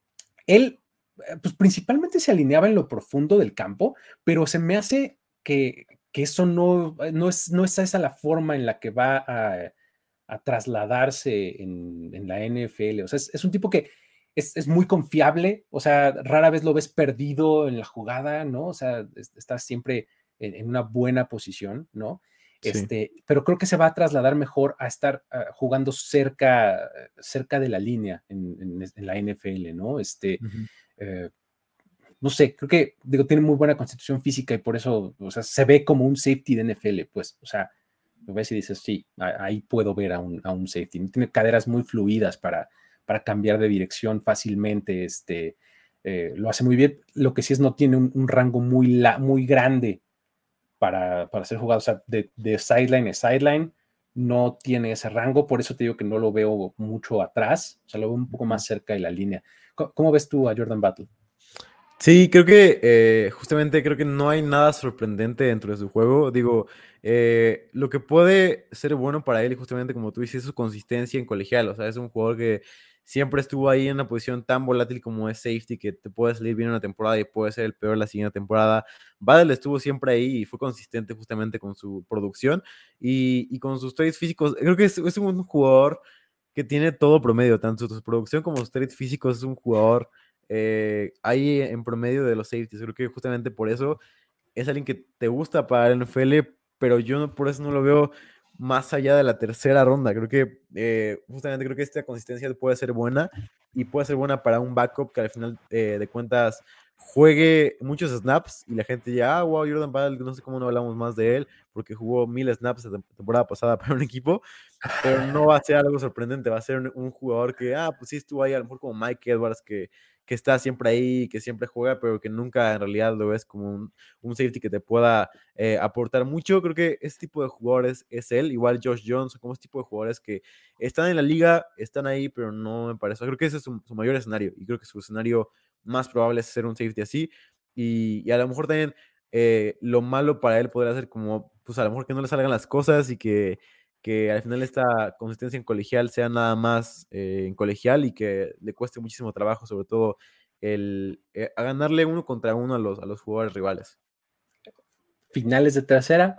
él, pues principalmente se alineaba en lo profundo del campo, pero se me hace que, que eso no, no, es, no es esa la forma en la que va a, a trasladarse en, en la N F L. O sea, es, es un tipo que es, es muy confiable, o sea, rara vez lo ves perdido en la jugada, ¿no? O sea, está siempre en, en una buena posición, ¿no? Este, sí. Pero creo que se va a trasladar mejor a estar uh, jugando cerca, cerca de la línea en, en, en la N F L, ¿no? Este, uh-huh. eh, no sé, creo que digo, tiene muy buena constitución física y por eso, o sea, se ve como un safety de N F L, pues, o sea, lo ves y dices, sí, ahí puedo ver a un, a un safety. Tiene caderas muy fluidas para, para cambiar de dirección fácilmente, este, eh, lo hace muy bien. Lo que sí es no tiene un, un rango muy, la, muy grande Para, para ser jugado, o sea, de, de sideline a sideline, no tiene ese rango, por eso te digo que no lo veo mucho atrás, o sea, lo veo un poco más cerca de la línea. ¿Cómo, cómo ves tú a Jordan Battle?
Sí, creo que eh, justamente creo que no hay nada sorprendente dentro de su juego. Digo, eh, lo que puede ser bueno para él, justamente como tú dices, es su consistencia en colegial. O sea, es un jugador que siempre estuvo ahí en una posición tan volátil como es safety, que te puede salir bien una temporada y puede ser el peor la siguiente temporada. Battle estuvo siempre ahí y fue consistente justamente con su producción y, y con sus traits físicos. Creo que es, es un jugador que tiene todo promedio, tanto su producción como sus traits físicos. Es un jugador eh, ahí en promedio de los safeties. Creo que justamente por eso es alguien que te gusta para el N F L, pero yo no, por eso no lo veo más allá de la tercera ronda. Creo que eh, justamente creo que esta consistencia puede ser buena y puede ser buena para un backup que al final eh, de cuentas juegue muchos snaps y la gente ya, ah, wow, Jordan Battle, no sé cómo no hablamos más de él, porque jugó mil snaps la temporada pasada para un equipo, pero no va a ser algo sorprendente, va a ser un, un jugador que, ah, pues sí estuvo ahí, a lo mejor como Mike Edwards, que, que está siempre ahí, que siempre juega, pero que nunca en realidad lo ves como un, un safety que te pueda eh, aportar mucho. Creo que ese tipo de jugadores es él, igual Josh Jones, como ese tipo de jugadores que están en la liga, están ahí, pero no me parece, creo que ese es su, su mayor escenario, y creo que su escenario más probable es ser un safety así, y, y a lo mejor también eh, lo malo para él podría ser como, pues a lo mejor que no le salgan las cosas y que, que al final esta consistencia en colegial sea nada más eh, en colegial y que le cueste muchísimo trabajo, sobre todo el eh, a ganarle uno contra uno a los, a los jugadores rivales.
Finales de tercera,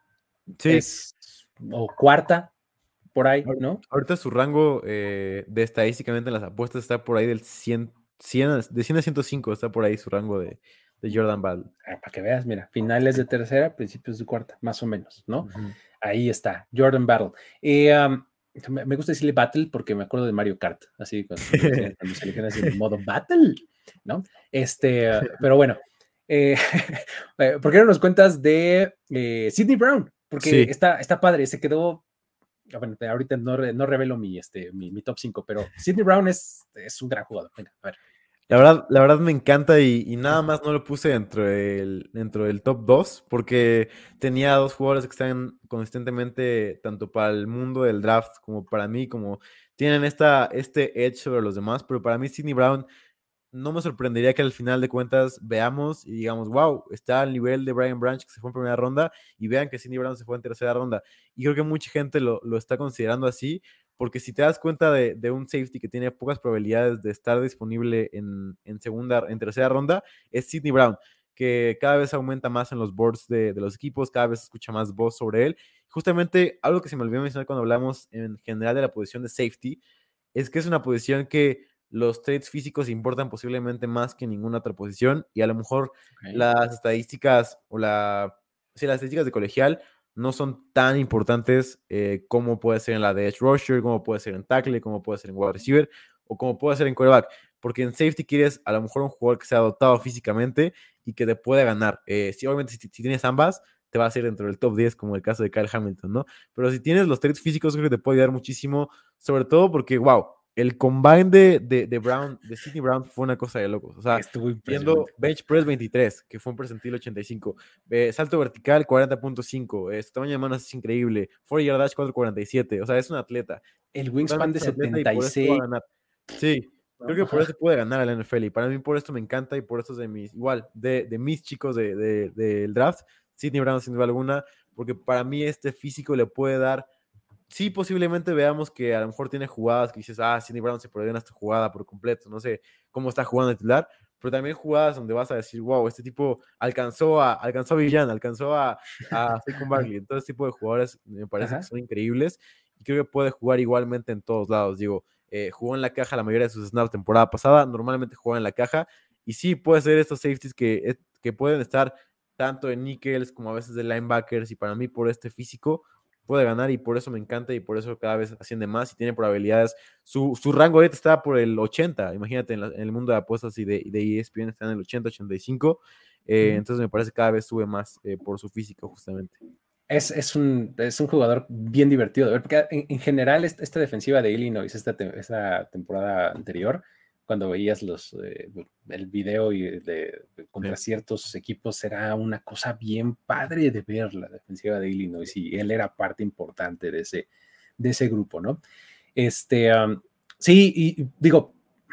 Sí.
es, o cuarta, por ahí, ¿no?
Ahorita su rango eh, de estadísticamente en las apuestas está por ahí del cien, cien, de cien a ciento cinco, está por ahí su rango de, de Jordan Battle.
Ah, para que veas, mira, finales de tercera, principios de cuarta, más o menos, ¿no?
Uh-huh.
Ahí está, Jordan Battle. Eh, um, me, me gusta decirle Battle porque me acuerdo de Mario Kart, así cuando, cuando se le así en modo Battle, ¿no? Este, uh, pero bueno, eh, ¿por qué no nos cuentas de eh, Sidney Brown? Porque sí. está, está padre, se quedó. Bueno, ahorita no, no revelo mi, este, mi, mi top cinco, pero Sidney Brown es, es un gran jugador. Venga, a ver.
La verdad, la verdad me encanta y, y nada más no lo puse dentro del, dentro del top dos porque tenía dos jugadores que están consistentemente, tanto para el mundo del draft como para mí, como tienen esta, este edge sobre los demás, pero para mí Sidney Brown no me sorprendería que al final de cuentas veamos y digamos, wow, está al nivel de Brian Branch que se fue en primera ronda y vean que Sidney Brown se fue en tercera ronda. Y creo que mucha gente lo, lo está considerando así, porque si te das cuenta de, de un safety que tiene pocas probabilidades de estar disponible en, en segunda, en tercera ronda, es Sidney Brown, que cada vez aumenta más en los boards de, de los equipos, cada vez se escucha más voz sobre él. Justamente algo que se me olvidó mencionar cuando hablamos en general de la posición de safety, es que es una posición que los traits físicos importan posiblemente más que ninguna otra posición y a lo mejor okay. las estadísticas o la, sí, las estadísticas de colegial no son tan importantes eh, como puede ser en la de edge rusher, como puede ser en tackle, como puede ser en wide receiver o como puede ser en quarterback, porque en safety quieres a lo mejor un jugador que sea dotado físicamente y que te pueda ganar. Eh, sí, obviamente si, si tienes ambas te va a ser dentro del top diez como el caso de Kyle Hamilton, ¿no? Pero si tienes los traits físicos creo que te puede ayudar muchísimo, sobre todo porque, wow, el combine de, de, de Brown, de Sidney Brown fue una cosa de locos. O sea, viendo bench press veintitrés, que fue un percentil ochenta y cinco, eh, salto vertical cuarenta punto cinco, eh, su tamaño de manos es increíble, cuatro yard dash cuatro cuarenta y siete, o sea, es un atleta.
El wingspan de setenta y seis.
Y sí, creo que por eso puede ganar al N F L y para mí por esto me encanta y por esto es de mis, igual, de, de mis chicos del de, de, de draft, Sidney Brown sin duda alguna, porque para mí este físico le puede dar. Sí, posiblemente veamos que a lo mejor tiene jugadas que dices, ah, Sidney Brown se perdió en esta jugada por completo, no sé cómo está jugando de titular, pero también jugadas donde vas a decir, wow, este tipo alcanzó a, alcanzó a Villan, alcanzó a, a Saquon Barkley. Entonces, este tipo de jugadores me parece Ajá. que son increíbles y creo que puede jugar igualmente en todos lados. Digo, eh, jugó en la caja la mayoría de sus snaps temporada pasada, normalmente juega en la caja y sí, puede ser estos safeties que, que pueden estar tanto en nickels como a veces de linebackers y para mí por este físico puede ganar y por eso me encanta y por eso cada vez asciende más y tiene probabilidades. Su, su rango ahorita está por el ochenta, imagínate, en, la, en el mundo de apuestas y de, de E S P N está en el ochenta, ochenta y cinco, eh, mm. entonces me parece que cada vez sube más eh, por su físico justamente.
Es, es, un, es un jugador bien divertido de ver, porque en, en general esta, esta defensiva de Illinois, esta, te, esta temporada anterior, cuando veías los, eh, el video y de, de, contra sí. ciertos equipos, era una cosa bien padre de ver la defensiva de Illinois y él era parte importante de ese, de ese grupo, ¿no? Este, um, sí, y, y digo,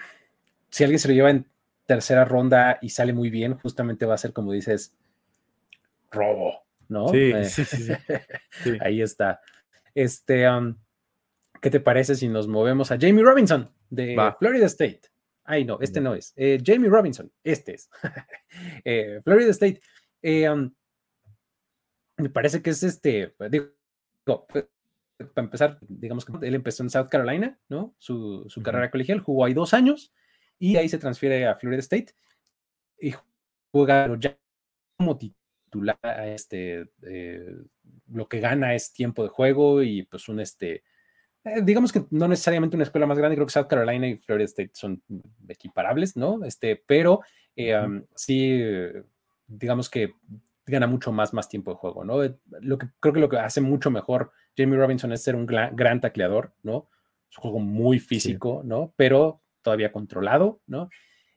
si alguien se lo lleva en tercera ronda y sale muy bien, justamente va a ser como dices, robo, ¿no?
Sí,
eh,
sí, sí, sí. sí.
Ahí está. Este, um, ¿qué te parece si nos movemos a Jamie Robinson de va. Florida State? Ay, no, este no es. Eh, Jamie Robinson, este es. eh, Florida State. Eh, um, me parece que es este, digo, para empezar, digamos que él empezó en South Carolina, ¿no? Su, su uh-huh. carrera colegial, jugó ahí dos años y ahí se transfiere a Florida State y juega ya como titular. Este, eh, lo que gana es tiempo de juego y pues un este. Eh, digamos que no necesariamente una escuela más grande, creo que South Carolina y Florida State son equiparables, ¿no? Este, pero eh,
Ujú.
um, sí, eh, digamos que gana mucho más, más tiempo de juego, ¿no? Eh, Lo que, creo que lo que hace mucho mejor Jamie Robinson es ser un gran, gran tacleador, ¿no? Es un juego muy
Sí.
físico, ¿no? Pero todavía controlado, ¿no?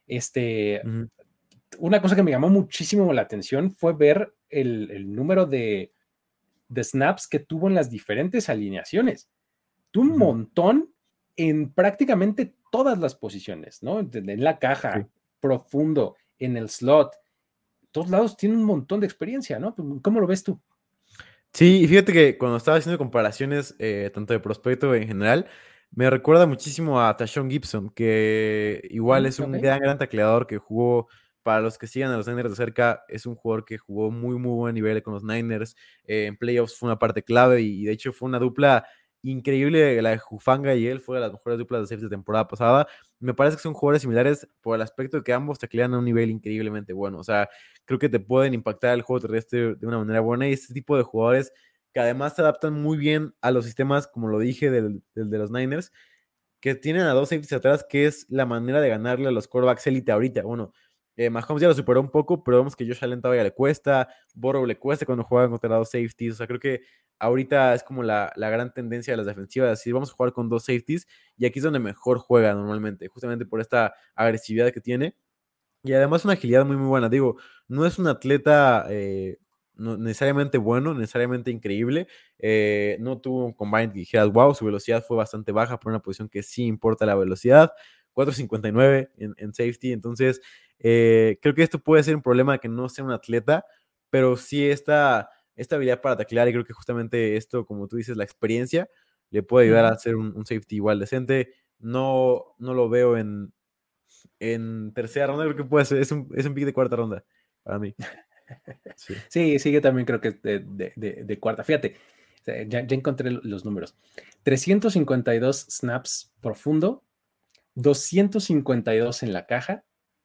Este,
Ujú.
una cosa que me llamó muchísimo la atención fue ver el, el número de, de snaps que tuvo en las diferentes alineaciones. Tuvo un
Ujú.
montón en prácticamente todas las posiciones, ¿no? En la
Sí.
caja, profundo, en el slot, todos lados tiene un montón de experiencia, ¿no? ¿Cómo lo ves tú?
Sí, y fíjate que cuando estaba haciendo comparaciones, eh, tanto de prospecto en general, me recuerda muchísimo a Tashaun Gibson, que igual
Mm,
es
ok.
un gran, gran tacleador que jugó, para los que sigan a los Niners de cerca, es un jugador que jugó muy, muy buen nivel con los Niners. Eh, en playoffs fue una parte clave y, y de hecho fue una dupla increíble. La de Hufanga y él fue de las mejores duplas de safety de temporada pasada. Me parece que son jugadores similares por el aspecto de que ambos taclean a un nivel increíblemente bueno. O sea, creo que te pueden impactar el juego terrestre de una manera buena y este tipo de jugadores que además se adaptan muy bien a los sistemas, como lo dije, del, del de los Niners, que tienen a dos safeties atrás, que es la manera de ganarle a los quarterbacks élite ahorita. Bueno, eh, Mahomes ya lo superó un poco, pero vemos que Josh Allen todavía le cuesta, Burrow le cuesta cuando juegan contra dos safeties. O sea, creo que ahorita es como la, la gran tendencia de las defensivas, decir, vamos a jugar con dos safeties, y aquí es donde mejor juega normalmente, justamente por esta agresividad que tiene. Y además una agilidad muy, muy buena. Digo, no es un atleta eh, no necesariamente bueno, necesariamente increíble. Eh, no tuvo un combine que dijeras, wow, su velocidad fue bastante baja por una posición que sí importa la velocidad. cuatro cincuenta y nueve en, en safety. Entonces, eh, creo que esto puede ser un problema que no sea un atleta, pero sí esta, esta habilidad para taclear. Y creo que justamente esto, como tú dices, la experiencia le puede ayudar
Ujú.
a ser un, un safety igual decente. No, no lo veo en, en tercera ronda, creo que puede ser, es un, es un pick de cuarta ronda para mí. Sí.
Sí, sí, yo también creo que es de, de, de, de cuarta. Fíjate, ya, ya encontré los números. trescientos cincuenta y dos snaps profundo, doscientos cincuenta y dos en la caja,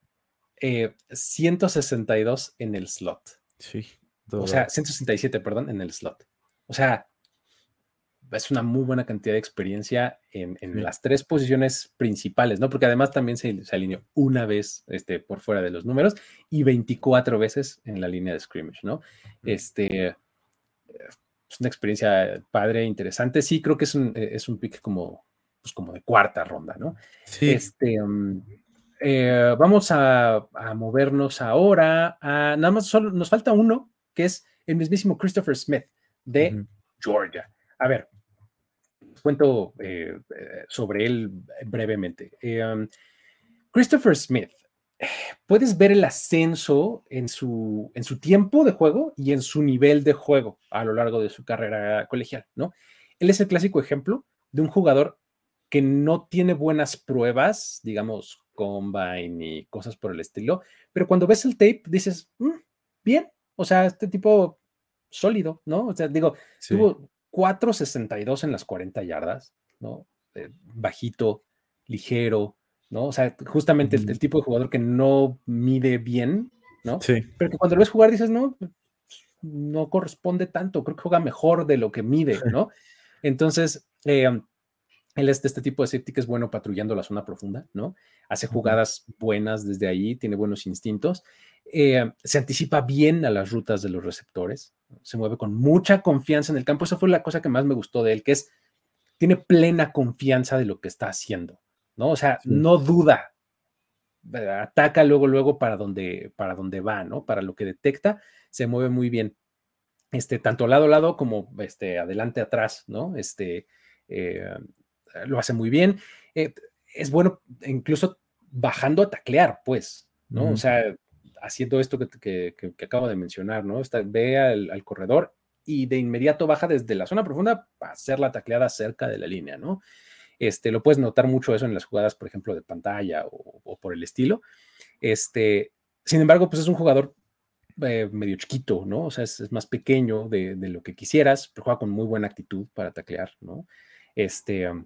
eh, ciento sesenta y dos en el slot.
Sí,
O
todos
sea,
lados.
ciento sesenta y siete, perdón, en el slot. O sea, es una muy buena cantidad de experiencia en, en
Sí.
las tres posiciones principales, ¿no? Porque además también se, se alineó una vez este, por fuera de los números y veinticuatro veces en la línea de scrimmage, ¿no?
Mm.
Este, es una experiencia padre, interesante. Sí, creo que es un, es un pick como, pues como de cuarta ronda, ¿no?
Sí.
Este, um, eh, vamos a, a, movernos ahora a, nada más solo nos falta uno, que es el mismísimo Christopher Smith de
Ujú.
Georgia. A ver, cuento eh, sobre él brevemente. Eh, um, Christopher Smith, puedes ver el ascenso en su, en su tiempo de juego y en su nivel de juego a lo largo de su carrera colegial, ¿no? Él es el clásico ejemplo de un jugador que no tiene buenas pruebas, digamos, combine y cosas por el estilo, pero cuando ves el tape dices, mm, bien, o sea, este tipo sólido, ¿no? O sea, digo,
Sí.
tuvo cuatro sesenta y dos en las cuarenta yardas, ¿no? Eh, bajito, ligero, ¿no? O sea, justamente el,
Ujú.
el, tipo de jugador que no mide bien, ¿no?
Sí.
Pero que cuando lo ves jugar dices, no, no corresponde tanto, creo que juega mejor de lo que mide, ¿no? Entonces, eh, él es de este tipo de safety que es bueno patrullando la zona profunda, ¿no? Hace
Ujú.
jugadas buenas desde ahí, tiene buenos instintos, eh, se anticipa bien a las rutas de los receptores, se mueve con mucha confianza en el campo. Eso fue la cosa que más me gustó de él, que es, tiene plena confianza de lo que está haciendo, ¿no? O sea,
Sí.
no duda, ataca luego, luego para donde, para donde va, ¿no? Para lo que detecta, se mueve muy bien. Este, tanto lado a lado como este, adelante, atrás, ¿no? Este, eh, lo hace muy bien. Eh, es bueno incluso bajando a taclear, pues, ¿no? O
Ujú.
sea, haciendo esto que, que, que, que acabo de mencionar, ¿no? Está, ve al, al, corredor y de inmediato baja desde la zona profunda para hacer la tacleada cerca de la línea, ¿no? Este, lo puedes notar mucho eso en las jugadas, por ejemplo, de pantalla o, o por el estilo. Este, sin embargo, pues es un jugador eh, medio chiquito, ¿no? O sea, es, es más pequeño de, de, lo que quisieras, pero juega con muy buena actitud para taclear, ¿no? Este, um,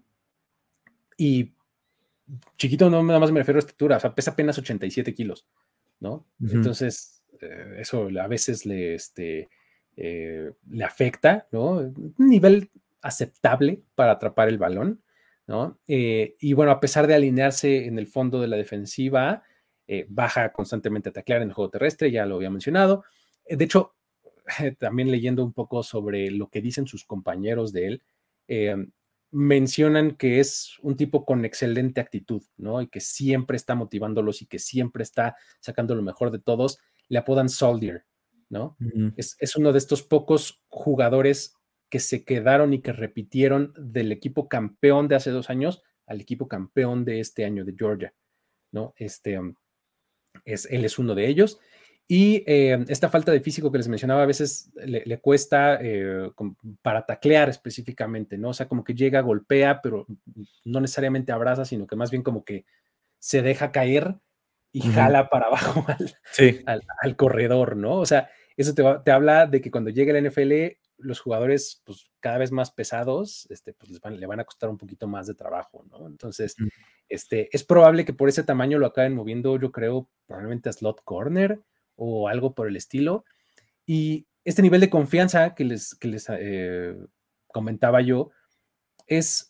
y chiquito no nada más me refiero a estatura, o sea, pesa apenas ochenta y siete kilos, ¿no?
Ujú.
Entonces, eh, eso a veces le, este, eh, le afecta, ¿no? Un nivel aceptable para atrapar el balón, ¿no? Eh, y bueno, a pesar de alinearse en el fondo de la defensiva, eh, baja constantemente a taclear en el juego terrestre, ya lo había mencionado. Eh, de hecho, también leyendo un poco sobre lo que dicen sus compañeros de él, eh, mencionan que es un tipo con excelente actitud, ¿no? Y que siempre está motivándolos y que siempre está sacando lo mejor de todos. Le apodan Soldier, ¿no?
Ujú.
Es, es uno de estos pocos jugadores que se quedaron y que repitieron del equipo campeón de hace dos años al equipo campeón de este año de Georgia, ¿no? Este, um, es, él es uno de ellos. Y eh, esta falta de físico que les mencionaba a veces le, le cuesta eh, para taclear específicamente, ¿no? O sea, como que llega, golpea, pero no necesariamente abraza, sino que más bien como que se deja caer y
Ujú.
jala para abajo al,
Sí.
al, al corredor, ¿no? O sea, eso te, va, te habla de que cuando llegue la N F L, los jugadores, pues cada vez más pesados, este, pues les van, le van a costar un poquito más de trabajo, ¿no? Entonces,
Ujú.
este, es probable que por ese tamaño lo acaben moviendo, yo creo, probablemente a slot corner o algo por el estilo. Y este nivel de confianza que les, que les eh, comentaba yo es,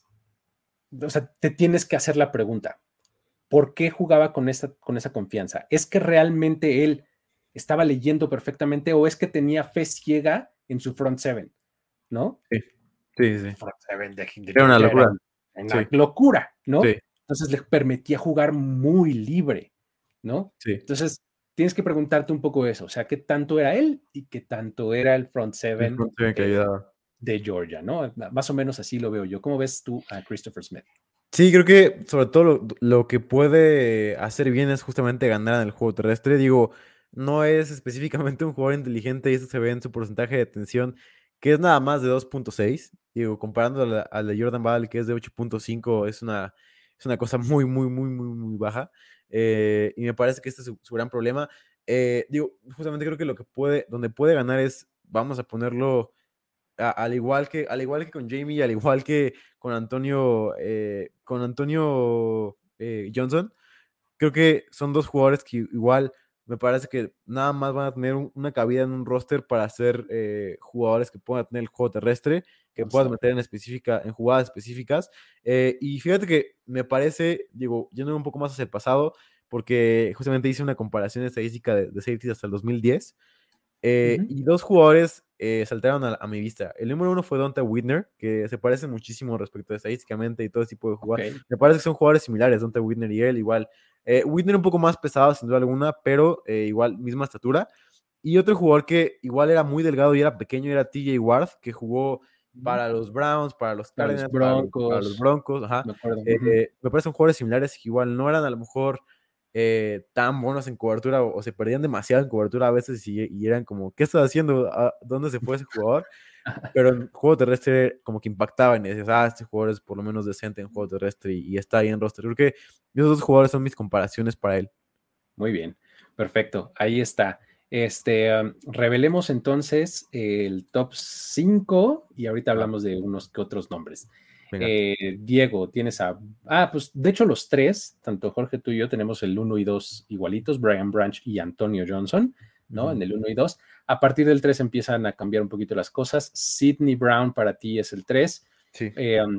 o sea, te tienes que hacer la pregunta, ¿por qué jugaba con esa, con esa confianza? ¿Es que realmente él estaba leyendo perfectamente o es que tenía fe ciega en su front seven? ¿No?
Sí, sí, sí.
Front seven de, de
Era una
Georgia
locura.
era
Sí,
una locura, ¿no?
sí,
Entonces le permitía jugar muy libre, ¿no?
sí.
Entonces tienes que preguntarte un poco eso, o sea, ¿qué tanto era él y qué tanto era el front
El
seven
front seven que
de,
ayudaba.
de Georgia, ¿no? Más o menos así lo veo yo. ¿Cómo ves tú a Christopher Smith?
Sí, creo que sobre todo lo, lo que puede hacer bien es justamente ganar en el juego terrestre. Digo, no es específicamente un jugador inteligente y eso se ve en su porcentaje de atención, que es nada más de dos punto seis. Digo, comparando a la, a la de Jordan Battle, que es de ocho punto cinco, es una, es una cosa muy, muy, muy, muy, muy baja. Eh, y me parece que este es su, su gran problema. Eh, digo, justamente creo que lo que puede, donde puede ganar es, vamos a ponerlo a- al igual que, al igual que con Jamie, al igual que con Antonio, eh, con Antonio eh, Johnson, creo que son dos jugadores que igual me parece que nada más van a tener un- una cabida en un roster para ser eh, jugadores que puedan tener el juego terrestre, que puedas meter en específica, en jugadas específicas. Eh, y fíjate que me parece, digo, yendo un poco más hacia el pasado, porque justamente hice una comparación estadística de, de safeties hasta el dos mil diez. Eh,
Uh-huh.
y dos jugadores eh, saltaron a, a, mi vista. El número uno fue Donta Whitner, que se parece muchísimo respecto a estadísticamente y todo ese tipo de jugar.
Okay.
Me parece que son jugadores similares, Donta Whitner y él, igual. Eh, Whitner un poco más pesado, sin duda alguna, pero eh, igual, misma estatura. Y otro jugador que igual era muy delgado y era pequeño era T J Ward, que jugó para los Browns, para los
Para los
Cardinals, para los, para los
Broncos,
Broncos. Ajá.
me acuerdo.
Eh,
Uh-huh.
me parecen jugadores similares que igual no eran a lo mejor eh, tan buenos en cobertura o, o, se perdían demasiado en cobertura a veces y, y eran como, ¿qué estás haciendo? ¿A ¿Dónde se fue ese jugador? Pero en juego terrestre como que impactaban y decías, ah, este jugador es por lo menos decente en juego terrestre y, y está ahí en roster. Creo que esos dos jugadores son mis comparaciones para él.
Muy bien, perfecto, ahí está. Este, um, revelemos entonces el top cinco y ahorita
Ah,
hablamos de unos que otros nombres.
venga.
Eh, Diego, tienes a... Ah, pues de hecho los tres, tanto Jorge, tú y yo, tenemos el uno y dos igualitos, Brian Branch y Antonio Johnson, ¿no?
Uh-huh.
En el uno y dos. A partir del tres empiezan a cambiar un poquito las cosas. Sidney Brown para ti es el tres.
Sí.
Eh, um,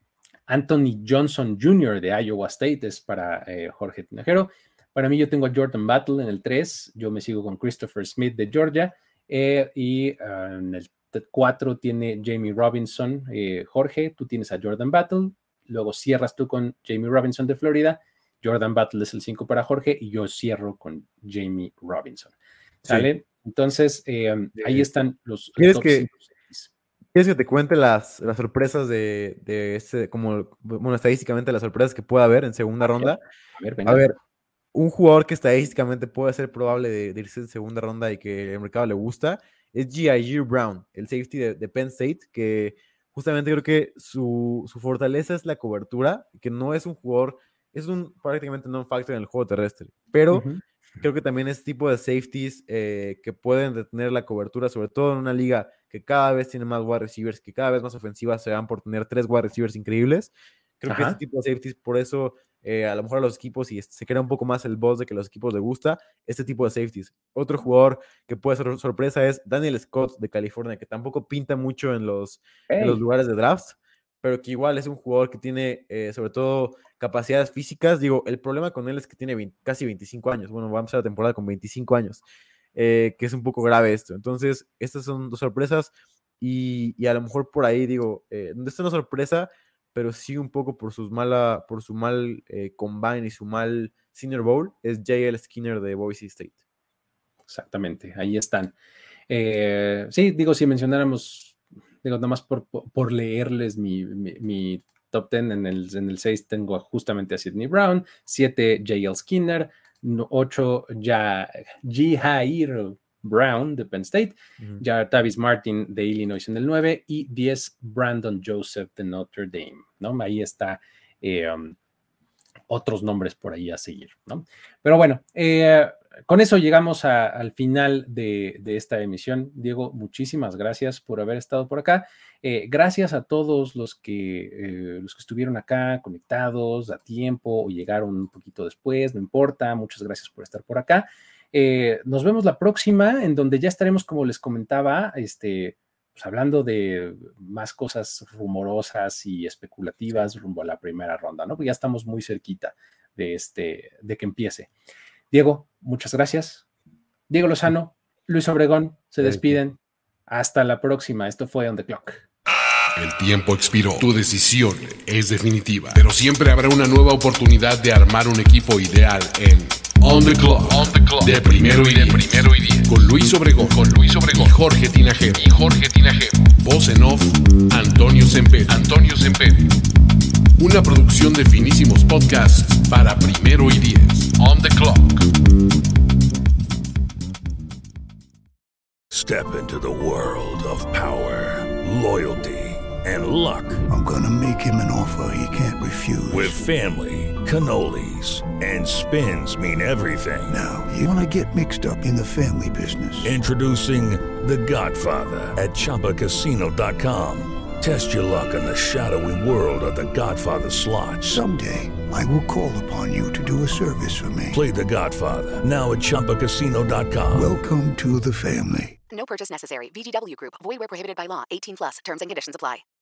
Anthony Johnson junior de Iowa State es para eh, Jorge Tinajero. Para mí yo tengo a Jordan Battle en el tres, yo me sigo con Christopher Smith de Georgia eh, y uh, en el cuatro tiene Jamie Robinson. Eh, Jorge, tú tienes a Jordan Battle, luego cierras tú con Jamie Robinson de Florida, Jordan Battle es el cinco para Jorge y yo cierro con Jamie Robinson. ¿Sale?
Sí.
Entonces, eh, ahí están los, los top
que,
cinco.
¿Quieres que te cuente las, las sorpresas de, de este, como, bueno, estadísticamente las sorpresas que puede haber en segunda
A ver,
ronda?
a ver, venga.
A ver, un jugador que estadísticamente puede ser probable de, de irse en segunda ronda y que el mercado le gusta es G I G Brown, el safety de, de Penn State, que justamente creo que su, su fortaleza es la cobertura, que no es un jugador, es un prácticamente non-factor en el juego terrestre, pero
Uh-huh.
creo que también este tipo de safeties eh, que pueden detener la cobertura, sobre todo en una liga que cada vez tiene más wide receivers, que cada vez más ofensivas se van por tener tres wide receivers increíbles. Creo Ajá. que este tipo de safeties, por eso eh, a lo mejor a los equipos, y se crea un poco más el buzz de que a los equipos les gusta, este tipo de safeties. Otro jugador que puede ser sorpresa es Daniel Scott de California, que tampoco pinta mucho en los, hey. en los lugares de drafts, pero que igual es un jugador que tiene eh, sobre todo capacidades físicas. Digo, el problema con él es que tiene veinte, casi veinticinco años. Bueno, va a empezar la temporada con veinticinco años, eh, que es un poco grave esto. Entonces, estas son dos sorpresas y, y a lo mejor por ahí, digo, eh, no es una sorpresa, pero sí un poco por, sus mala, por su mal eh, combine y su mal Senior Bowl, es J L Skinner de Boise State.
Exactamente, ahí están. Eh, sí, digo, si mencionáramos, digo, nada más por, por, por leerles mi, mi, mi top diez, en el, en el seis tengo justamente a Sidney Brown, siete J L Skinner, ocho ya Jair Brown de Penn State, uh-huh. ya Tavis Martin de Illinois en el nueve y diez Brandon Joseph de Notre Dame, ¿no? Ahí está eh, um, otros nombres por ahí a seguir, ¿no? Pero bueno, eh, con eso llegamos a, al final de, de esta emisión. Diego, muchísimas gracias por haber estado por acá. Eh, gracias a todos los que, eh, los que estuvieron acá conectados a tiempo o llegaron un poquito después, no importa. Muchas gracias por estar por acá. Eh, nos vemos la próxima, en donde ya estaremos, como les comentaba, este, pues hablando de más cosas rumorosas y especulativas rumbo a la primera ronda, ¿no? Pues ya estamos muy cerquita de, este, de que empiece. Diego, muchas gracias. Diego Lozano, Luis Obregón, se despiden. Hasta la próxima. Esto fue On The Clock.
El tiempo expiró. Tu decisión es definitiva. Pero siempre habrá una nueva oportunidad de armar un equipo ideal en On The Clock. On The Clock. De primero y de primero y diez. Con Luis Obregón. Con Luis Obregón. Y Jorge Tinajero. Y Jorge Tinajero. Voz en off, Antonio Semperi. Antonio Semperi. Una producción de Finísimos Podcasts para primero y diez. On The Clock.
Step into the world of power, loyalty, and luck.
I'm gonna make him an offer he can't refuse.
With family, cannolis, and spins mean everything.
Now, you wanna get mixed up in the family business.
Introducing The Godfather at Chumba Casino dot com. Test your luck in the shadowy world of The Godfather slot.
Someday, I will call upon you to do a service for me.
Play The Godfather, now at Chumba Casino dot com.
Welcome to the family.
No purchase necessary. V G W Group. Void where prohibited by law. eighteen plus. Terms and conditions apply.